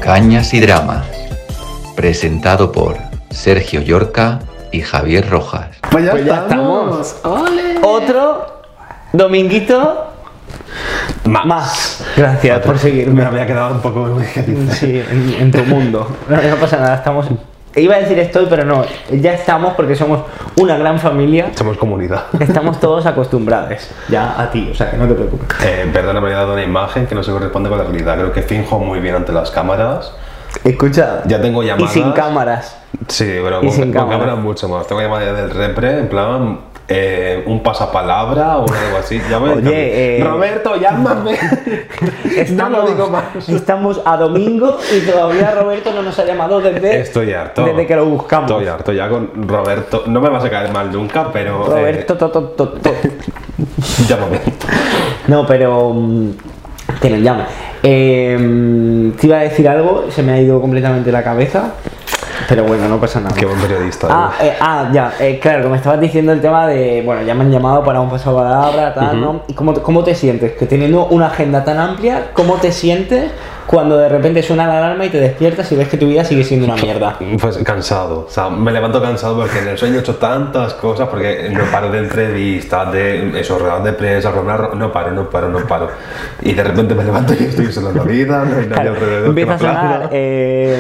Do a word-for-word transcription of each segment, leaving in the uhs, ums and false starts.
Cañas y Dramas, presentado por Sergio Llorca y Javier Rojas. Pues ya, Pues ya estamos. estamos. ¡Ole! Otro dominguito Más. más. Gracias por Me seguirme. había quedado un poco muy Sí, en, en tu mundo. No, no pasa nada, estamos... Iba a decir estoy, pero no. Ya estamos porque somos una gran familia. Somos comunidad. Estamos todos acostumbrados ya a ti, o sea que no te preocupes. Eh, perdona, me he dado una imagen que no se corresponde con la realidad. Creo que finjo muy bien ante las cámaras. Escucha. Ya tengo llamadas. Y sin cámaras. Sí, pero Y con, sin con cámara. cámaras mucho más. Tengo llamadas del repre, en plan, eh, un pasapalabra o algo así. Llámame, Oye, eh, Roberto, llámame. No lo digo más. Estamos a domingo y todavía Roberto no nos ha llamado desde, Estoy harto. desde que lo buscamos. Estoy harto ya con Roberto. No me vas a caer mal nunca, pero. Roberto, to, to, to, to. eh, llámame. No, pero... mm, que nos llame. Eh, mm, te iba a decir algo, se me ha ido completamente la cabeza. Pero bueno, no pasa nada. Qué buen periodista. Ah, eh, ah, ya, eh, claro, que me estabas diciendo el tema de, bueno, ya me han llamado para un pasapalabra, tal, ¿no? ¿Y cómo, cómo te sientes? Que teniendo una agenda tan amplia, ¿cómo te sientes cuando de repente suena la alarma y te despiertas y ves que tu vida sigue siendo una mierda? Pues cansado, o sea, me levanto cansado porque en el sueño he hecho tantas cosas, porque no paro de entrevistas, de esos ruedas de prensa, no paro, no paro, no paro. Y de repente me levanto y estoy solo en la vida, no hay nadie Claro, alrededor que empieza me a sonar aplauda. eh,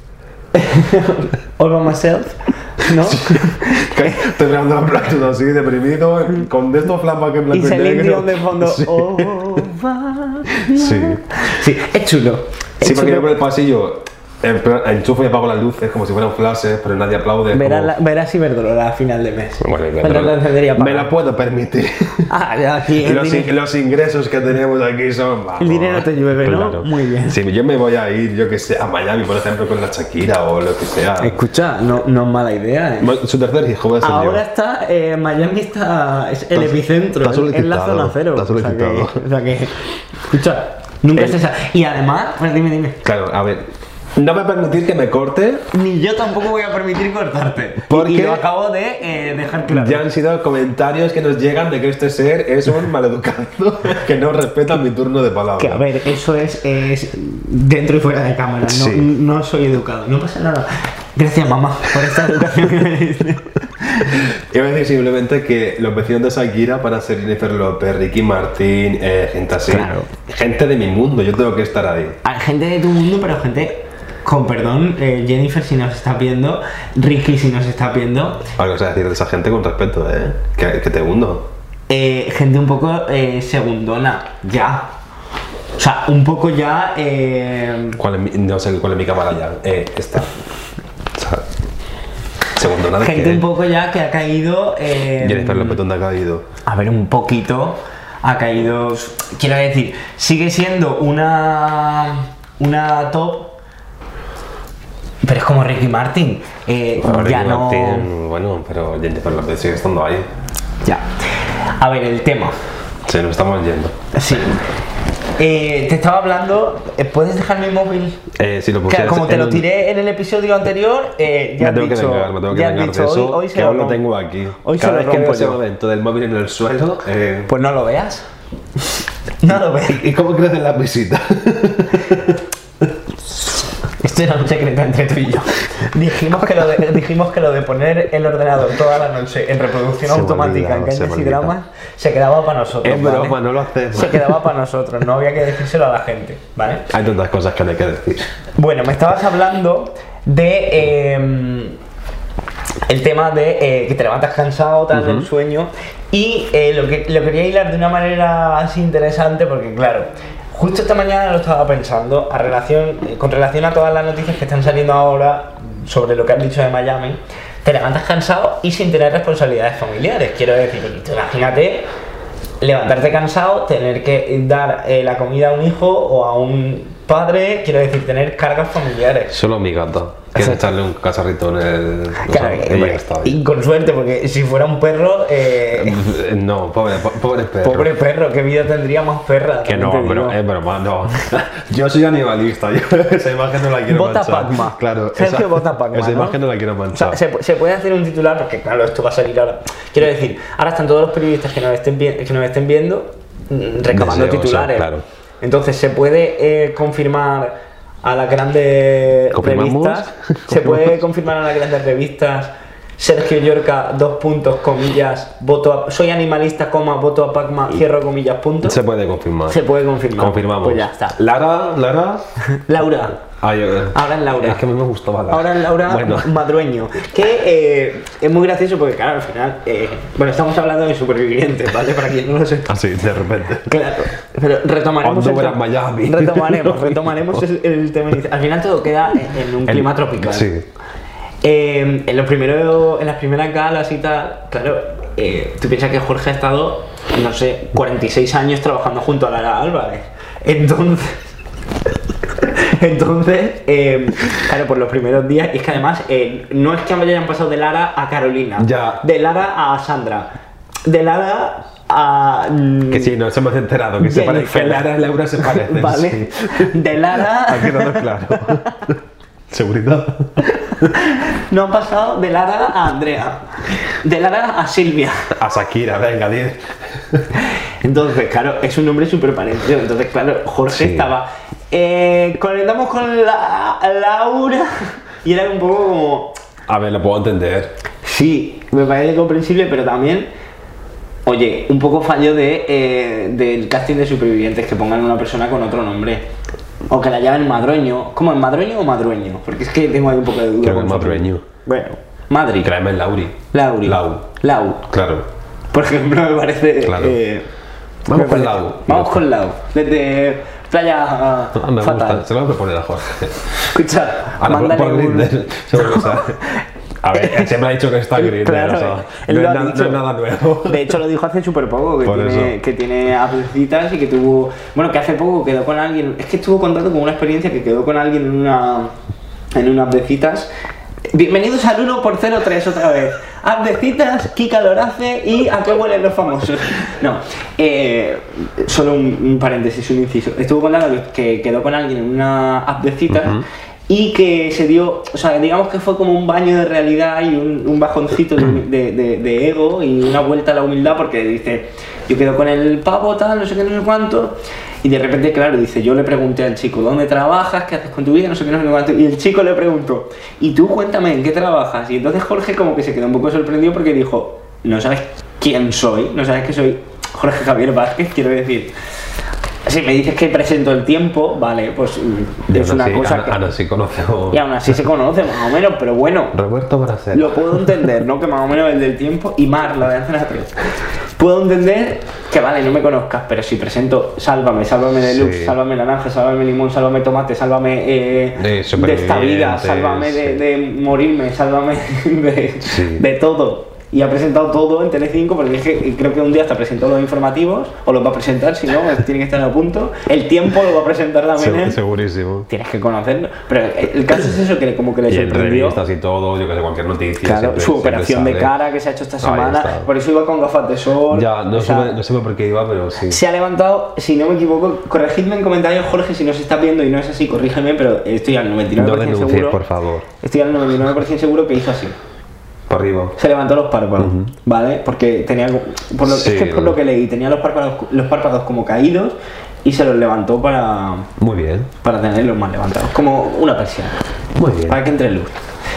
All by myself, ¿no? Estoy mirando la plata así, deprimido, con de estos flamas que en Y blanco y Celine negro. Dion de fondo. Sí. Oh, by Sí. Sí, es chulo. Es Sí, porque yo chulo. por el pasillo en plan, enchufo y apago las luces como si fueran flashes, pero nadie aplaude. Verás, como- la- verás Iberdrola a final de mes. Bueno, y me, Cuando la encendería me apagar. la puedo permitir. Ah, ya, aquí el, Los, dinero, in- los ingresos que tenemos aquí son. Vamos, el dinero te llueve, ¿no? Muy bien. Si yo me voy a ir, yo que sé, a Miami, por ejemplo, con la Shakira o lo que sea. Escucha, no, no es mala idea, ¿eh? Bueno, su tercer hijo va a ser Ahora yo. está, eh, Miami está, es el Está- epicentro, está es- es la solicitado, zona cero. está o, sea que, solicitado. o sea que, escucha, nunca El- se sabe. Y además, bueno, dime, dime. Claro, a ver. No me permitir que me corte. Ni yo tampoco voy a permitir cortarte. ¿Por y, y qué? lo acabo de eh, dejar claro. Ya han sido comentarios que nos llegan de que este ser es un maleducado que no respeta mi turno de palabra. Que a ver, eso es, es dentro y fuera de cámara, no, Sí. no soy educado, no pasa nada. Gracias, mamá, por esta educación que me diste. Iba a decir simplemente que los vecinos de Shakira van a ser Jennifer López, Ricky Martin, eh, gente así. Claro. Gente de mi mundo, yo tengo que estar ahí. Hay gente de tu mundo, pero gente, con perdón, eh, Jennifer si nos está viendo, Ricky si nos está viendo, Algo o sea, decir de esa gente con respeto, ¿eh? Que, que te hundo. eh, gente un poco eh, segundona, ya. O sea, un poco ya... Eh, ¿Cuál es mi- no sé cuál es mi cámara ya. Eh, esta. O sea, segundo nada. gente un poco ya que ha caído... Eh, Jennifer López, ¿dónde ha caído? A ver, un poquito ha caído. Quiero decir, sigue siendo una. Una top. Pero es como Ricky Martin. Eh, Bueno, ya Ricky no. Martin, bueno, pero Jennifer López sigue estando ahí. Ya. A ver, el tema. Sí, nos estamos yendo. Sí. Eh, te estaba hablando. eh, ¿Puedes dejar mi móvil? Eh, si lo Que pusieras como te en lo un- tiré en el episodio anterior, eh, ya Me has tengo que dicho, vengar, me tengo que ya has vengar dicho, de eso, hoy, hoy se que lo aún lo rompo. tengo aquí. Hoy Cada se vez lo que veo rompo ese yo. momento del móvil en el suelo, eh... Pues no lo veas. No lo veas. ¿Y cómo crecen las visitas? Esto era un secreto entre tú y yo. Dijimos que lo de, dijimos que lo de poner el ordenador toda la noche en reproducción Se me automática olvidaba, en se me Cañas y olvidaba. Dramas se quedaba para nosotros. Es ¿vale? broma, no lo hacemos. Se quedaba para nosotros, no había que decírselo a la gente, ¿vale? Hay tantas cosas que no hay que decir. Bueno, me estabas hablando de eh, el tema de eh, que te levantas cansado, tal, del sueño, y eh, lo que lo quería hilar de una manera así interesante porque, claro, justo esta mañana lo estaba pensando a relación, eh, con relación a todas las noticias que están saliendo ahora sobre lo que has dicho de Miami. Te levantas cansado y sin tener responsabilidades familiares. Quiero decir, tú imagínate levantarte cansado, tener que dar eh, la comida a un hijo o a un padre, quiero decir, tener cargas familiares. Solo mi gata. Quiero echarle un cacharrito en el... o Claro, sea, que, ella bueno, está y bien. con suerte, porque si fuera un perro, eh, No, pobre, po- pobre perro. pobre perro, qué vida tendría más perra. Que también no, te digo. pero es broma, no. Yo soy animalista, yo esa imagen no la quiero Bota manchar. Pacma. Claro, Sergio esa, Bota Pacma, esa ¿no? imagen no la quiero O sea, manchar. se, se puede hacer un titular, porque claro, esto va a salir ahora. Quiero decir, ahora están todos los periodistas que nos estén, vi- que nos estén viendo mm, reclamando Deseosos, titulares. claro. Entonces se puede eh, confirmar a las grandes ¿Confirmamos? revistas. Se puede confirmar a las grandes revistas. Sergio Llorca, dos puntos, comillas, voto a, soy animalista, coma, voto a Pacma, cierro comillas, puntos. Se puede confirmar. Se puede confirmar. Confirmamos. Pues ya está. Lara, Lara. Laura. Ay, yo- Ahora es Laura. Es que a mí me gustaba Lara. Ahora es Laura Bueno. Madrueño. Que eh, es muy gracioso porque, claro, al final. Eh, bueno, estamos hablando de supervivientes, ¿vale? Para quien no lo sepa. Así, de repente. Claro, pero retomaremos. el Honduras, tema- Miami. Retomaremos, retomaremos el, el tema inicial. Al final todo queda en, en un El- clima tropical. Sí. Eh, en, los primeros, en las primeras galas y tal, claro, eh, tú piensas que Jorge ha estado, no sé, cuarenta y seis años trabajando junto a Lara Álvarez. Entonces. Entonces, eh, claro, por los primeros días, y es que además, eh, no es que hayan pasado de Lara a Carolina, Ya. de Lara a Sandra, de Lara a. mm, Que sí, nos hemos enterado que, se pare- Jennifer. que Lara y Laura se parecen. Vale. Sí. De Lara. Ha quedado claro. Seguridad. No han pasado de Lara a Andrea. De Lara a Silvia. A Shakira, venga, diez. Entonces, claro, es un nombre súper parecido. Entonces, claro, Jorge Sí. estaba. Eh, conectamos con la, Laura. Y era un poco como. A ver, lo puedo entender. Sí, me parece comprensible, pero también. Oye, un poco fallo de, eh, del casting de supervivientes que pongan una persona con otro nombre. O que la llamen Madroño. ¿Cómo es Madroño o Madrueño? Porque es que tengo ahí un poco de duda. Creo que con es eso. Madrueño. Bueno, Madrid. Créeme, Lauri. Lauri. Lau. Lau. Claro. Por ejemplo, me parece. Claro. eh, Vamos me con parece- Lau. Vamos con Lau. Desde playa Ah, me fatal. gusta. Se lo voy a proponer a Jorge. Escucha, Ahora, por, mándale por un- Grindr. Seguro que sabe. A ver, él siempre ha dicho que está Grindr. Claro, o sea, él no, lo es ha na- dicho. no es nada nuevo. De hecho, lo dijo hace súper poco, que Por tiene, eso. que tiene appcitas y que tuvo. Bueno, que hace poco quedó con alguien. Es que estuvo contando con una experiencia que quedó con alguien en una. En una app de citas. Bienvenidos al uno por cero tres otra vez. App de citas, Kika Lorace y a qué huelen los famosos. No, eh, solo un, un paréntesis, un inciso. Estuvo contando que, que quedó con alguien en una app de citas. Ujú. Y que se dio, o sea, digamos que fue como un baño de realidad y un, un bajoncito de, de- de- de ego y una vuelta a la humildad porque dice, yo quedo con el pavo, tal, no sé qué, no sé cuánto. Y de repente, claro, dice, yo le pregunté al chico, ¿dónde trabajas? ¿Qué haces con tu vida? No sé qué, no sé cuánto. Y el chico le preguntó, ¿y tú cuéntame en qué trabajas? Y entonces Jorge como que se quedó un poco sorprendido porque dijo, no sabes quién soy, no sabes que soy Jorge Javier Vázquez, quiero decir. Si me dices que presento el tiempo, vale, pues mm, Y es aún una así- cosa Ana, que... Ana sí conoce a... Y aún así se conoce más o menos, pero bueno, Roberto Bracero. lo puedo entender, ¿no? Que más o menos el del tiempo y Mar, la de Antena tres. Puedo entender que vale, no me conozcas, pero si presento Sálvame, Sálvame Deluxe, Sí. Sálvame Naranja, Sálvame Limón, Sálvame Tomate, Sálvame eh, De de esta vida, supervivientes, Sálvame de, sí. de morirme, Sálvame de, Sí. de todo. Y ha presentado todo en Telecinco porque es que creo que un día hasta presentó los informativos, o los va a presentar, si no, tiene que estar a punto. El tiempo lo va a presentar también Se- él. segurísimo. Tienes que conocerlo. Pero el caso es eso, que como que le Y en sorprendió. revistas y todo, yo que sé, cualquier noticia. Claro, siempre- su siempre operación de sale. cara que se ha hecho esta Ahí semana. está. Por eso iba con gafas de sol. Ya, no, o sea, sé, no sé por qué iba, pero sí. se ha levantado, si no me equivoco, corregidme en comentarios, Jorge, si no se está viendo y no es así, corrígeme, pero estoy al noventa y nueve No por ciento denuncies, seguro. por favor. Estoy al noventa y nueve por ciento seguro que hizo así. Para arriba. Se levantó los párpados, Ujú. ¿vale? Porque tenía, por lo, Sí, es que por lo- lo que leí, tenía los párpados, los párpados como caídos y se los levantó para, Muy bien. para tenerlos más levantados, como una persiana. Muy bien. Para que entre luz.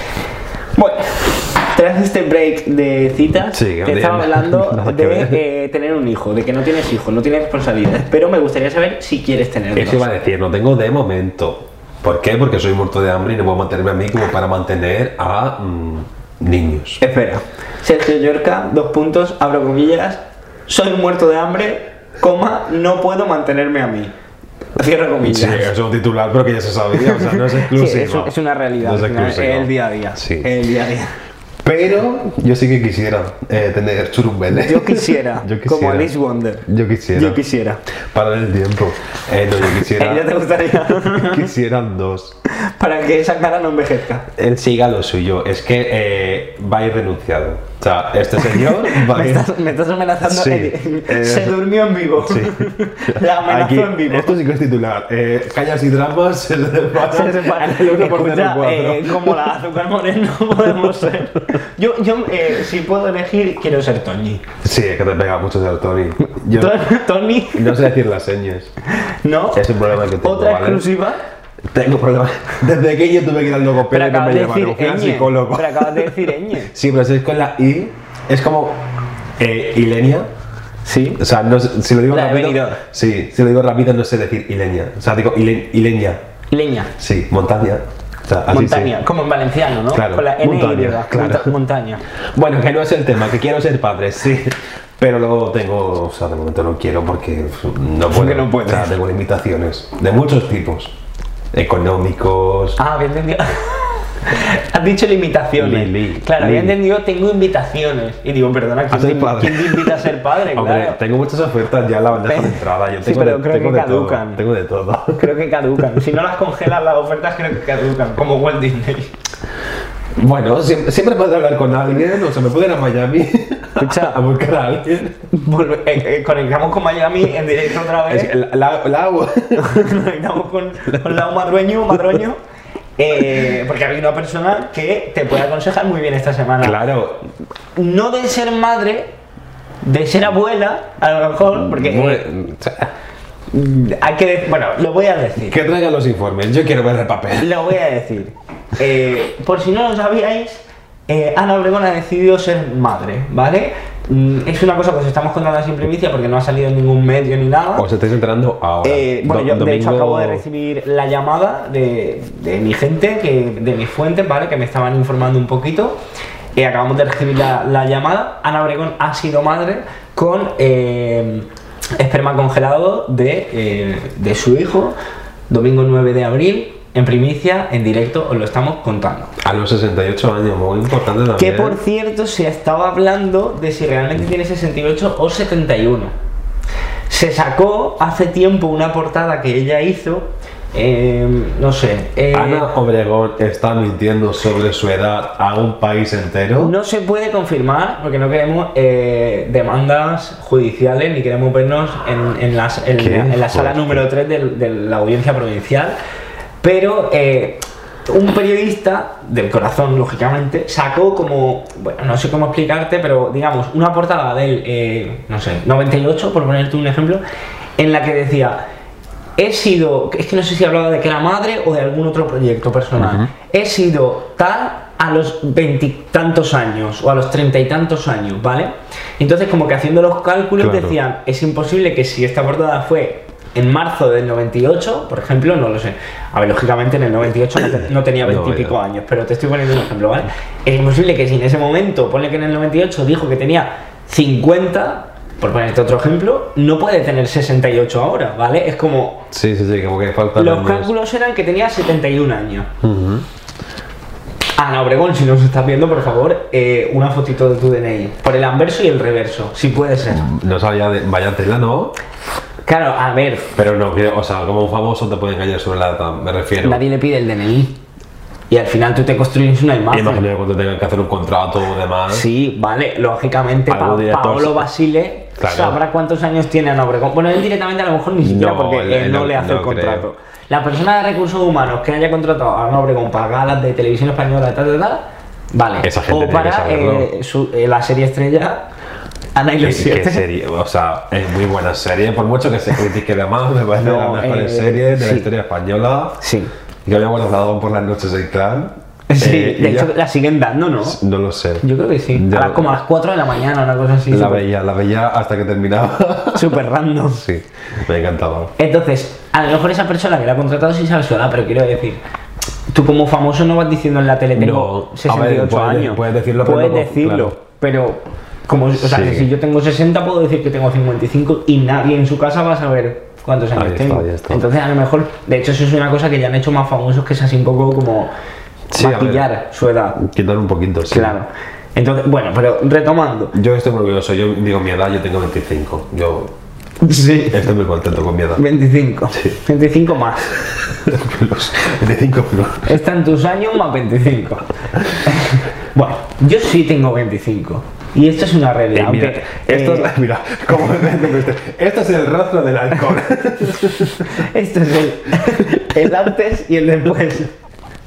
Bueno, tras este break de citas, Sí, que no te tiene estaba nada- hablando nada que de ver. eh, tener un hijo, de que no tienes hijos, no tienes responsabilidades, pero me gustaría saber si quieres tener Eso iba a decir, no tengo de momento. ¿Por qué? Porque soy muerto de hambre y no puedo mantenerme a mí como para mantener a mm, niños. Espera, Sergio Llorca, dos puntos, abro comillas, soy un muerto de hambre, coma, no puedo mantenerme a mí. Cierro comillas. Sí, es un titular, pero que ya se sabía, o sea, no es Sí, exclusivo. es, es una realidad, No es al final, exclusivo. es el día a día. Sí. es el día a día. Pero yo sí que quisiera eh, tener churumbeles. Yo quisiera, Yo como quisiera. Alice Wonder. Yo quisiera. Yo quisiera. Para el tiempo. Eh, no, yo quisiera. ¿Ella te gustaría? Quisieran dos. Para que esa cara no envejezca. Él siga lo suyo. Es que eh, va a ir renunciado. O sea, este señor va a Me ir. estás, me estás amenazando. Sí, eh, eh, se durmió en vivo. Sí. La amenazó Aquí, en vivo. esto sí que es titular. Eh, callas y dramas se separan. Se separa. en el uno por Escucha, cuatro. eh, como la azúcar moreno podemos ser. Yo, yo eh, si puedo elegir, quiero ser Tony. Sí, es que te pega mucho ser Tony. Yo Tony, no sé decir las señas. ¿no? Es un problema que tengo, Otra ¿vale? exclusiva. Tengo problemas. Desde que yo tuve que ir al logopedo Pero que acabas me de llevaron, decir fui al ñ. psicólogo. Pero acabas de decir ñ. Sí, pero si es con la I, es como eh, Ilenia. Sí. O sea, no, sé- si lo digo La de rápido. Benidorm. Sí, si lo digo rápido no sé decir Ilenia. O sea, digo Ile- Ilenia. Leña. Sí, montaña. O sea, así Montaña. sí. Como en valenciano, ¿no? Claro, Con la N montaña, Y, claro. monta- montaña. Bueno, que no es el tema, que quiero ser padre, sí. Pero luego tengo, o sea, de momento no quiero porque no puedo. Porque no puedes. O sea, tengo limitaciones de muchos tipos. Económicos. Ah, había entendido. Has dicho limitaciones. Li, li, claro, había li. entendido tengo invitaciones. Y digo, perdona, A ¿quién, ser te, padre. quién te invita a ser padre? Hombre, Claro. tengo muchas ofertas ya en la bandeja de Pero- entrada. Yo sí, tengo pero de, creo tengo que de todo. caducan. Tengo de todo. Creo que caducan. Si no las congelan las ofertas, creo que caducan. Como Walt Disney. Bueno, siempre, siempre puedo hablar con alguien, o sea, me puedo ir a Miami Escucha. a buscar a alguien. Volve- eh, eh, conectamos con Miami en directo otra vez. Es que la, la, la agua. Conectamos con, con Lau Madroño, Madroño. Eh, porque hay una persona que te puede aconsejar muy bien esta semana. Claro. No de ser madre, de ser abuela, a lo mejor, porque eh, Bueno, o sea, hay que. de- Bueno, lo voy a decir. que traigan los informes, yo quiero ver el papel. Lo voy a decir. Eh, por si no lo sabíais, eh, Ana Obregón ha decidido ser madre, ¿vale? Mm, Es una cosa que os estamos contando así en primicia porque no ha salido en ningún medio ni nada. Os estáis enterando ahora. Eh, bueno, Do- yo de hecho domingo- acabo de recibir la llamada de, de mi gente, que, de mis fuentes, ¿vale? Que me estaban informando un poquito. Eh, acabamos de recibir la, la llamada. Ana Obregón ha sido madre con eh, esperma congelado de, eh, de su hijo, domingo nueve de abril, en primicia, en directo, os lo estamos contando. A los sesenta y ocho años, muy importante también. Que por cierto se estaba hablando de si realmente tiene sesenta y ocho o setenta y uno. Se sacó hace tiempo una portada que ella hizo, eh, no sé. eh, Ana Obregón está mintiendo sobre su edad a un país entero. no se puede confirmar porque no queremos eh, demandas judiciales ni queremos vernos en, en las- en Qué la, en la sala fuerte. número tres del- de, la audiencia provincial. Pero eh, un periodista del corazón, lógicamente, sacó como, bueno, no sé cómo explicarte, pero digamos, una portada del, eh, no sé, noventa y ocho, por ponerte un ejemplo, en la que decía, he sido, es que no sé si hablaba de que era madre o de algún otro proyecto personal, he sido tal a los veintitantos años o a los treinta y tantos años, ¿vale? Entonces, como que haciendo los cálculos Claro. decían, es imposible que si esta portada fue en marzo del noventa y ocho, por ejemplo, no lo sé. A ver, lógicamente en el noventa y ocho no, te- no tenía No, veinte y pico ya. años, pero te estoy poniendo un ejemplo, ¿vale? Es imposible que si en ese momento, ponle que en el noventa y ocho dijo que tenía cincuenta, por ponerte otro ejemplo, no puede tener sesenta y ocho ahora, ¿vale? Es como, Sí, sí, sí, como que faltan los años. cálculos eran que tenía setenta y un años. Ujú. Ana Obregón, si nos estás viendo, por favor, eh, una fotito de tu D N I. Por el anverso y el reverso, si puede ser. No sabía de vaya tela, ¿no? Claro, a ver, Pero no, que, o sea, como un famoso te puede engañar sobre la edad, me refiero. nadie le pide el D N I. Y al final tú te construyes una imagen. Imagino que cuando tengan que hacer un contrato o demás. Sí, vale, lógicamente Algún Pa- director Paolo se- Basile Claro. sabrá cuántos años tiene Ana Obregón. Bueno, él directamente a lo mejor ni siquiera No, porque él- él él no no- le hace el no contrato. creo. La persona de recursos humanos que haya contratado a Ana Obregón para galas de televisión española, tal, tal, tal, vale. Esa gente o tiene que para saberlo. eh, su- eh, la serie estrella Ana y ¿Qué, los qué siete. serie? O sea, es muy buena serie, por mucho que se critique de más, me parece No, de las mejores eh, series de la sí. historia española. Sí. Y que había guardado por las noches del clan. Sí, Eh, y de ya- hecho la siguen dando, ¿no? No lo sé. Yo creo que sí. Ya A las- lo- como a las cuatro de la mañana, una cosa así. La súper- veía, la veía hasta que terminaba. Súper random. Sí, me encantaba. Entonces, a lo mejor esa persona que la ha contratado sí sabe su edad, pero quiero decir, tú como famoso no vas diciendo en la tele tengo No, sesenta y a ver, ocho puedes- años. puedes decirlo, pero Puedes no, decirlo, claro. pero como, o sea, Sí. que si yo tengo sesenta puedo decir que tengo cincuenta y cinco y nadie en su casa va a saber cuántos años Ahí está, tengo. ahí está. Entonces, a lo mejor, de hecho, eso es una cosa que ya han hecho más famosos, que es así un poco como Sí, a ver. maquillar su edad. Quitar un poquito, sí. Claro. Entonces, bueno, pero retomando. Yo estoy muy orgulloso, yo digo mi edad, yo tengo veinticinco. Yo Sí. estoy muy contento con mi edad. veinticinco. Sí. veinticinco más. Los veinticinco plus. Están tus años más veinticinco. Bueno, yo sí tengo veinticinco. Y esto es una realidad. Eh, mira, aunque, esto eh, es, mira, como este, esto es el rostro del alcohol. esto es el, el antes y el después.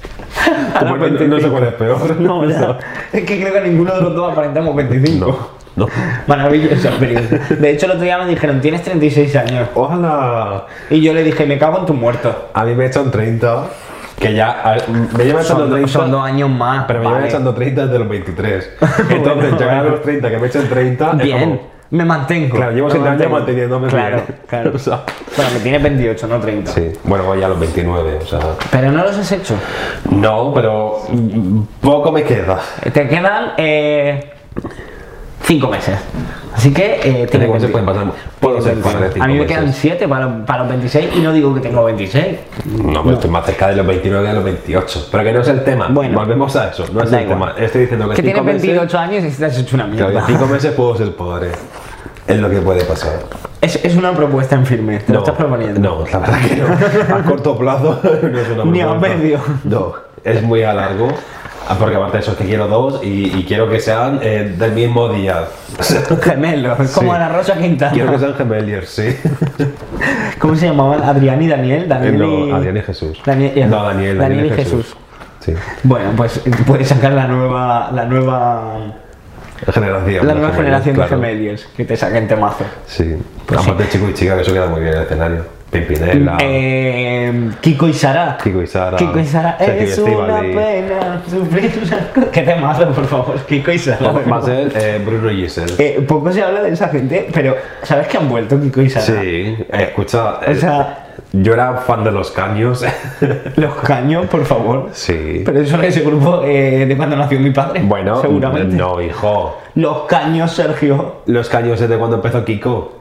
Ahora Bueno, no- no sé cuál es peor. No, ya. Es que creo que ninguno de los dos aparentamos veinticinco. No. Maravillosa experiencia. De hecho, el otro día me dijeron, tienes treinta y seis años. ¡Ojalá! Y yo le dije, me cago en tu muerto. A mí me echan treinta, que ya... A ver, me llevan echando Son, treinta... son dos años más. Pero me vale. llevan echando treinta desde los veintitrés. Entonces, Bueno, llegar a vale. los treinta, que me echen treinta... es Bien, como- me mantengo. Claro, llevo me siete años mantengo. manteniéndome Claro, bien. claro. O sea, Bueno, que tienes veintiocho, no treinta. sí, bueno, voy a los veintinueve, o sea... Pero no los has hecho. No, pero mm, poco me queda. Te quedan eh, cinco meses. Así que eh, tienes Cinco meses veinte. pueden pasar. Puedo ser Tienes padre de veinte. cinco A mí me meses. quedan siete para, para los veintiséis y no digo que tengo veintiséis. No, pero estoy más cerca de los veintinueve que de los veintiocho. Pero que no es el tema. Bueno. Volvemos a eso, no es Da el igual. tema. Estoy diciendo que, Que cinco tienes meses... veintiocho años y estás hecho una mierda. Claro, que en cinco meses puedo ser padre. Es lo que puede pasar. Es, es una propuesta en firme, te lo estás proponiendo. No, la verdad que no. A corto plazo no es una Ni a propuesta. medio. No, es muy a largo. Ah, porque aparte de eso es que quiero dos y, y quiero que sean eh, del mismo día. Gemelos, es como Sí. Ana Rosa Quintana. Quiero que sean gemeliers, sí. ¿Cómo se llamaban? Adrián y Daniel. Daniel y... No, Adrián y Jesús. Daniel, no, Daniel, Daniel Daniel y Jesús. Sí. Bueno, pues puedes sacar la nueva, la nueva, Generación. la de nueva gemeliers, generación claro. de gemeliers que te saquen temazo. Sí. Pues aparte chico y chica, que eso queda muy bien en el escenario. Pimpinela. Eh, Kiko y Sara. Kiko y Sara. Kiko y Sara. Sergio Es y una Estíbaliz. pena sufrir una... ¿Qué temazo, por favor? Kiko y Sara. Va a ser eh, Bruno y Giselle. Eh, poco se habla de esa gente, pero ¿sabes que han vuelto Kiko y Sara? Sí, eh, escucha, O sea, eh, yo era fan de los caños. los caños, por favor. Sí. Pero eso no es ese grupo eh, de cuando nació mi padre. Bueno, seguramente. no, hijo. Los caños, Sergio. Los caños es de cuando empezó Kiko.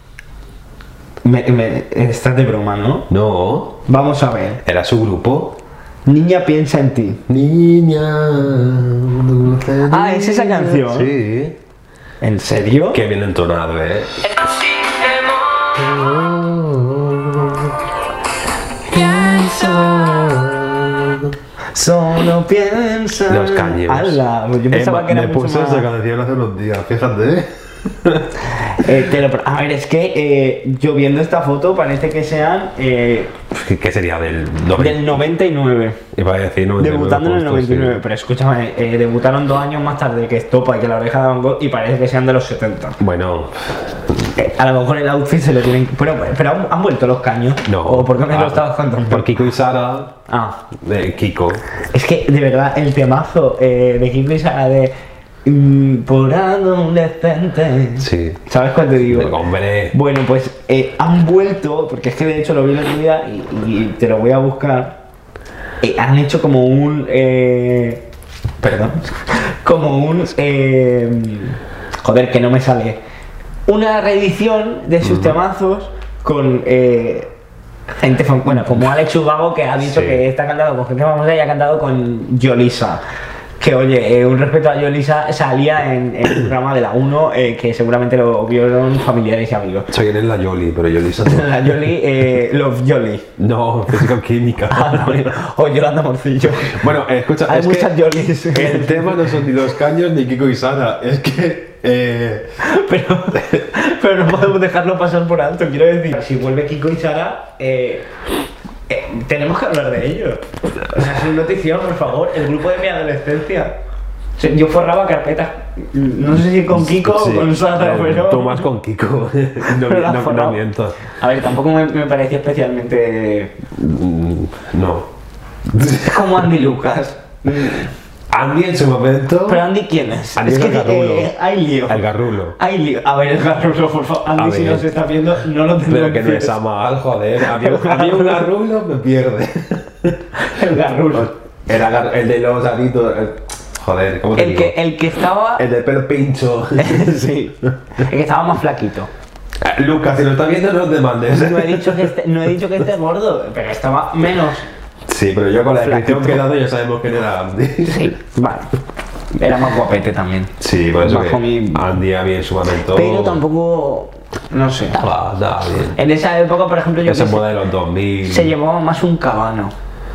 Me, me, estás de broma, ¿no? No, Vamos a ver. era su grupo. Niña piensa en ti. Niña. dulce Ah, ¿es esa niña. canción? Sí. ¿En serio? Qué bien entonado, eh. Solo piensa. Los caños. ¡Hala! Yo pensaba Eh, que era me mucho puse más... esa canción hace unos días, fíjate. Eh, te lo- A ver, es que eh, yo viendo esta foto parece que sean eh, ¿Qué, qué sería? Del noventa. del noventa y nueve. Iba a decir noventa y nueve Debutando en el justo, noventa y nueve, sí. pero escúchame, eh, debutaron dos años más tarde que Estopa y que La Oreja de Van Gogh y parece que sean de los setenta. Bueno, Eh, a lo mejor el outfit se lo tienen. Pero, pero han, han vuelto los caños. no. ¿O por qué me Ah, lo estabas contando? Por Kiko y Sara, Ah, de Kiko. es que de verdad el temazo eh, de Kiko y Sara de. mm, por adolescente. Sí. ¿Sabes cuál te digo? Hombre. Bueno, pues eh, han vuelto, porque es que de hecho lo vi el otro día y, y te lo voy a buscar. Eh, han hecho como un. Eh, perdón. Como un. Eh, joder, que no me sale. Una reedición de sus temazos con. Eh, gente fam- bueno, como Alex Ubago, que ha dicho Sí. que está cantado con gente famosa y ha cantado con Yolisa. Que oye, eh, un respeto a Yolisa, salía en, en el programa de la uno, eh, que seguramente lo vieron familiares y amigos. Soy en la Yoli, pero Yolisa no. La Yoli, eh, Love Yoli. No, física-química. Ah, no, o Yolanda Morcillo. Bueno, eh, escucha, Hay es muchas que Yolis. el tema no son ni los caños ni Kiko y Sara, es que... Eh, Pero, pero no podemos dejarlo pasar por alto, quiero decir. Si vuelve Kiko y Sara, eh, eh, tenemos que hablar de ello. O sea, es una notición, por favor. El grupo de mi adolescencia. O sea, yo forraba carpetas, no sé si con Kiko sí, o con Sara, eh, pero... Tú más con Kiko, no, Pero la no, forraba. no miento. A ver, tampoco me, me pareció especialmente... Mm, No. Es como Andy Lucas. Andy en su momento... Pero Andy, ¿quién es? Andy es es que el garrulo. eh, hay lío. El garrulo. Hay lío. A ver, el garrulo, por favor. Andy, A si ver. nos está viendo, no lo Pero que no tendrás. es a mal, joder. A mí, a mí un garrulo me pierde. El garrulo. Era gar- el de los aritos. el- Joder, ¿cómo te El digo? que, el que estaba... El de pelo pincho. sí. El que estaba más flaquito. Eh, Lucas, si lo estás viendo, no te mandes. No he dicho que esté, no he dicho que esté gordo, pero estaba menos. Sí, pero yo con la descripción Flaquito. que he dado ya sabemos quién era Andy. Sí, vale. Era más guapete también. Sí, por eso Bajo que mi- Andy a mí en su momento... Pero tampoco... No sé. Estaba, estaba bien. En esa época, por ejemplo, yo Ese que sé, modelo dos mil... se llevaba más un cabano.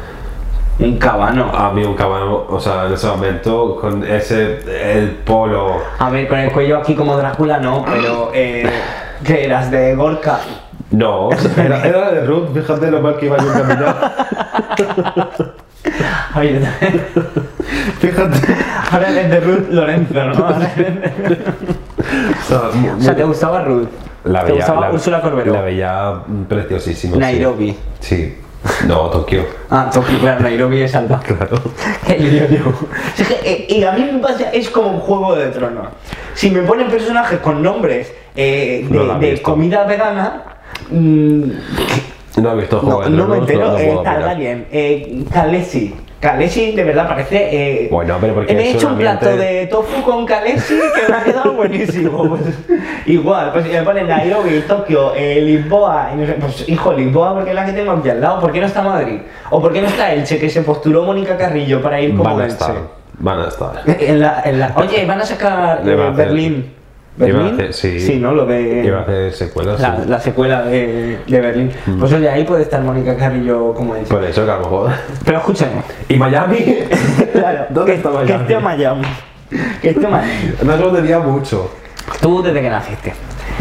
Un cabano. A mí un caballo, o sea, en ese momento, con ese, el polo... A ver, con el cuello aquí como Drácula no, pero... Eh, ¿Qué eras? ¿De Gorka? No, era, era de Ruth, fíjate lo mal que iba yo a caminar. A ver, yo también. Fíjate. Ahora eres de Ruth Lorenzo, ¿no? Ahora eres de- sea, muy- O sea, ¿te gustaba Ruth? La ¿Te veía, gustaba la, Úrsula Corberó? La veía preciosísima. Nairobi. Sí. Sí. No, Tokio. Ah, Tokio, claro, Nairobi es alta. Claro. Que yo, yo, yo. Es que, eh, y a mí me pasa, es como un Juego de Tronos. Si me ponen personajes con nombres eh, de, No la he de visto. comida vegana, mmm, No he visto no, Juego de no me Tronos, entero. no eh, puedo opinar. Targaryen, eh, Khaleesi. Khaleesi de verdad parece. Eh, Bueno, pero porque me he es hecho un un plato ambiente- de tofu con Khaleesi que me ha quedado buenísimo. Pues, igual, pues si me ponen Nairobi, Tokio, eh, Lisboa, y no sé, pues hijo, Lisboa, porque es la que tengo aquí al lado. ¿Por qué no está Madrid? ¿O por qué no está Elche, que se postuló Mónica Carrillo para ir como Van a Elche? estar. Van a estar. En la, en la, oye, van a sacar Le va eh, a hacer- Berlín. Iba a ¿Berlín? hacer- sí. Sí, ¿no? Lo de. Iba a hacer secuelas. La, sí. la secuela de, de Berlín. Pues oye, ahí puede estar Mónica Carrillo como Elche. Por eso que a lo mejor. Pero escúchame. ¿Y Miami? Claro, ¿Dónde que, está que Miami? esté Miami. Que esté Miami. No se lo tenía mucho. Tú desde que naciste.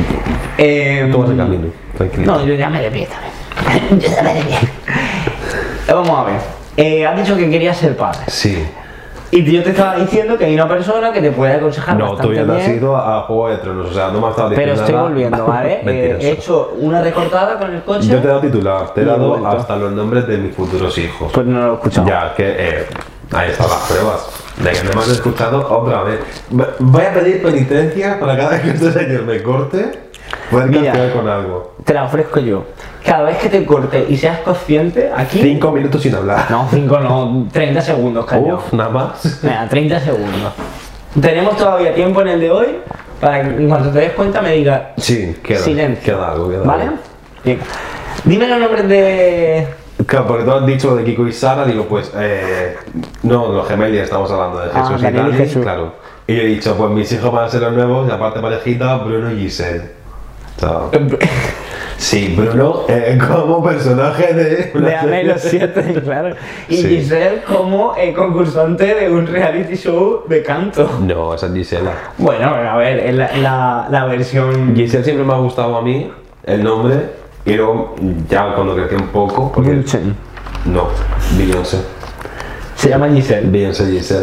Eh, Tú vas de camino, tranquilo. No, yo ya me de pie también. Yo ya me de pie. Vamos a ver. Eh, has dicho que querías ser padre. Sí. Y yo te estaba diciendo que hay una persona que te puede aconsejar No, tú bastante ya te has bien. ido a Juego de Tronos, o sea, no me has estado diciendo Pero estoy nada. volviendo, ¿vale? Eh, Mentiroso. he hecho una recortada con el coche. Yo te he dado titular, te he Y he dado vuelto. hasta los nombres de mis futuros hijos. Pues no lo he escuchado. Ya, que eh, ahí están las pruebas de que no me has escuchado otra vez. Va- Voy a pedir penitencia para cada vez que este señor me corte, poder Mira. castigar con algo. Te la ofrezco yo. Cada vez que te corte y seas consciente, aquí. Cinco minutos sin hablar. No, cinco no, treinta segundos, callao. Uf, nada más. Venga, treinta segundos. Tenemos todavía tiempo en el de hoy para que en cuanto te des cuenta me digas. Sí, queda, Silencio. queda algo, queda ¿Vale? algo. Bien. Dime los nombres de. Claro, porque tú has dicho de Kiko y Sara, digo, pues, eh, no, los gemelos, estamos hablando de Ah, Jesús y Daniel y Dani, Jesús. claro. Y yo he dicho, pues mis hijos van a ser los nuevos, y aparte parejita, Bruno y Giselle. O sea, sí, Bruno eh, como personaje de... una De Ana y los serie. siete, claro. Y Sí. Giselle como eh, concursante de un reality show de canto. No, esa es Gisela. Bueno, a ver, es la, la, la versión. Giselle siempre me ha gustado a mí, el nombre, y luego ya cuando crecí un poco, porque... Bunchen. No, Beyoncé. Se llama Giselle. Beyoncé Giselle.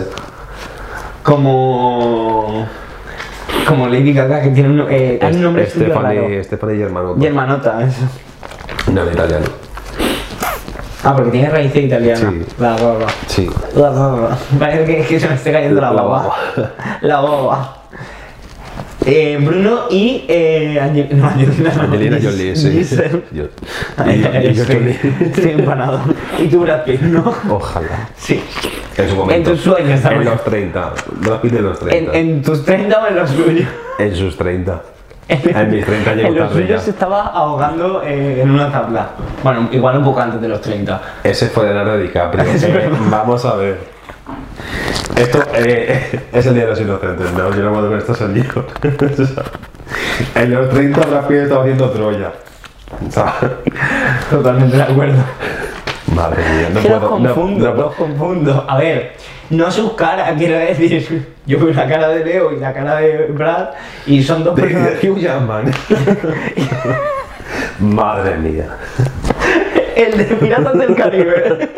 Como. Como Lady Gaga, que tiene un, eh, hay un nombre estudio raro. Stephanie, Stephanie Germanotto. Y hermanota, eso. No, en italiano. Ah, porque tiene raíces italianas. Sí. La baba. Sí. La baba. Parece que, que se me esté cayendo la La baba. baba. La baba. Eh, Bruno y. Eh, Angel- no, Angelina. no, Angelina Gis- Jolie, sí. Giselle. Yo- Ay, y- ay, y yo estoy, Jolie. estoy empanado. Y tú, Brad Pitt, ¿no? Ojalá. Sí. En su momento. En tus sueños En también. los treinta. Brad Pitt en los En, treinta. en tus treinta o en los suyos. En sus treinta. En mis treinta llego En los tarde suyos ya. se estaba ahogando eh, en una tabla. Bueno, igual un poco antes de los treinta. Ese fue Leonardo DiCaprio. Es Eh, verdad. vamos a ver. Esto eh, es el día de los inocentes, no, yo no puedo ver estos niños. En los treinta Brad Pitt estaba haciendo Troya. O sea, Totalmente de acuerdo. madre mía, no que los puedo. no- confundo, no puedo. los confundo. A ver, no sus caras, quiero decir. Yo veo la cara de Leo y la cara de Brad y son dos De personas. Hugh Jackman. Madre mía. El de Piratas del Caribe.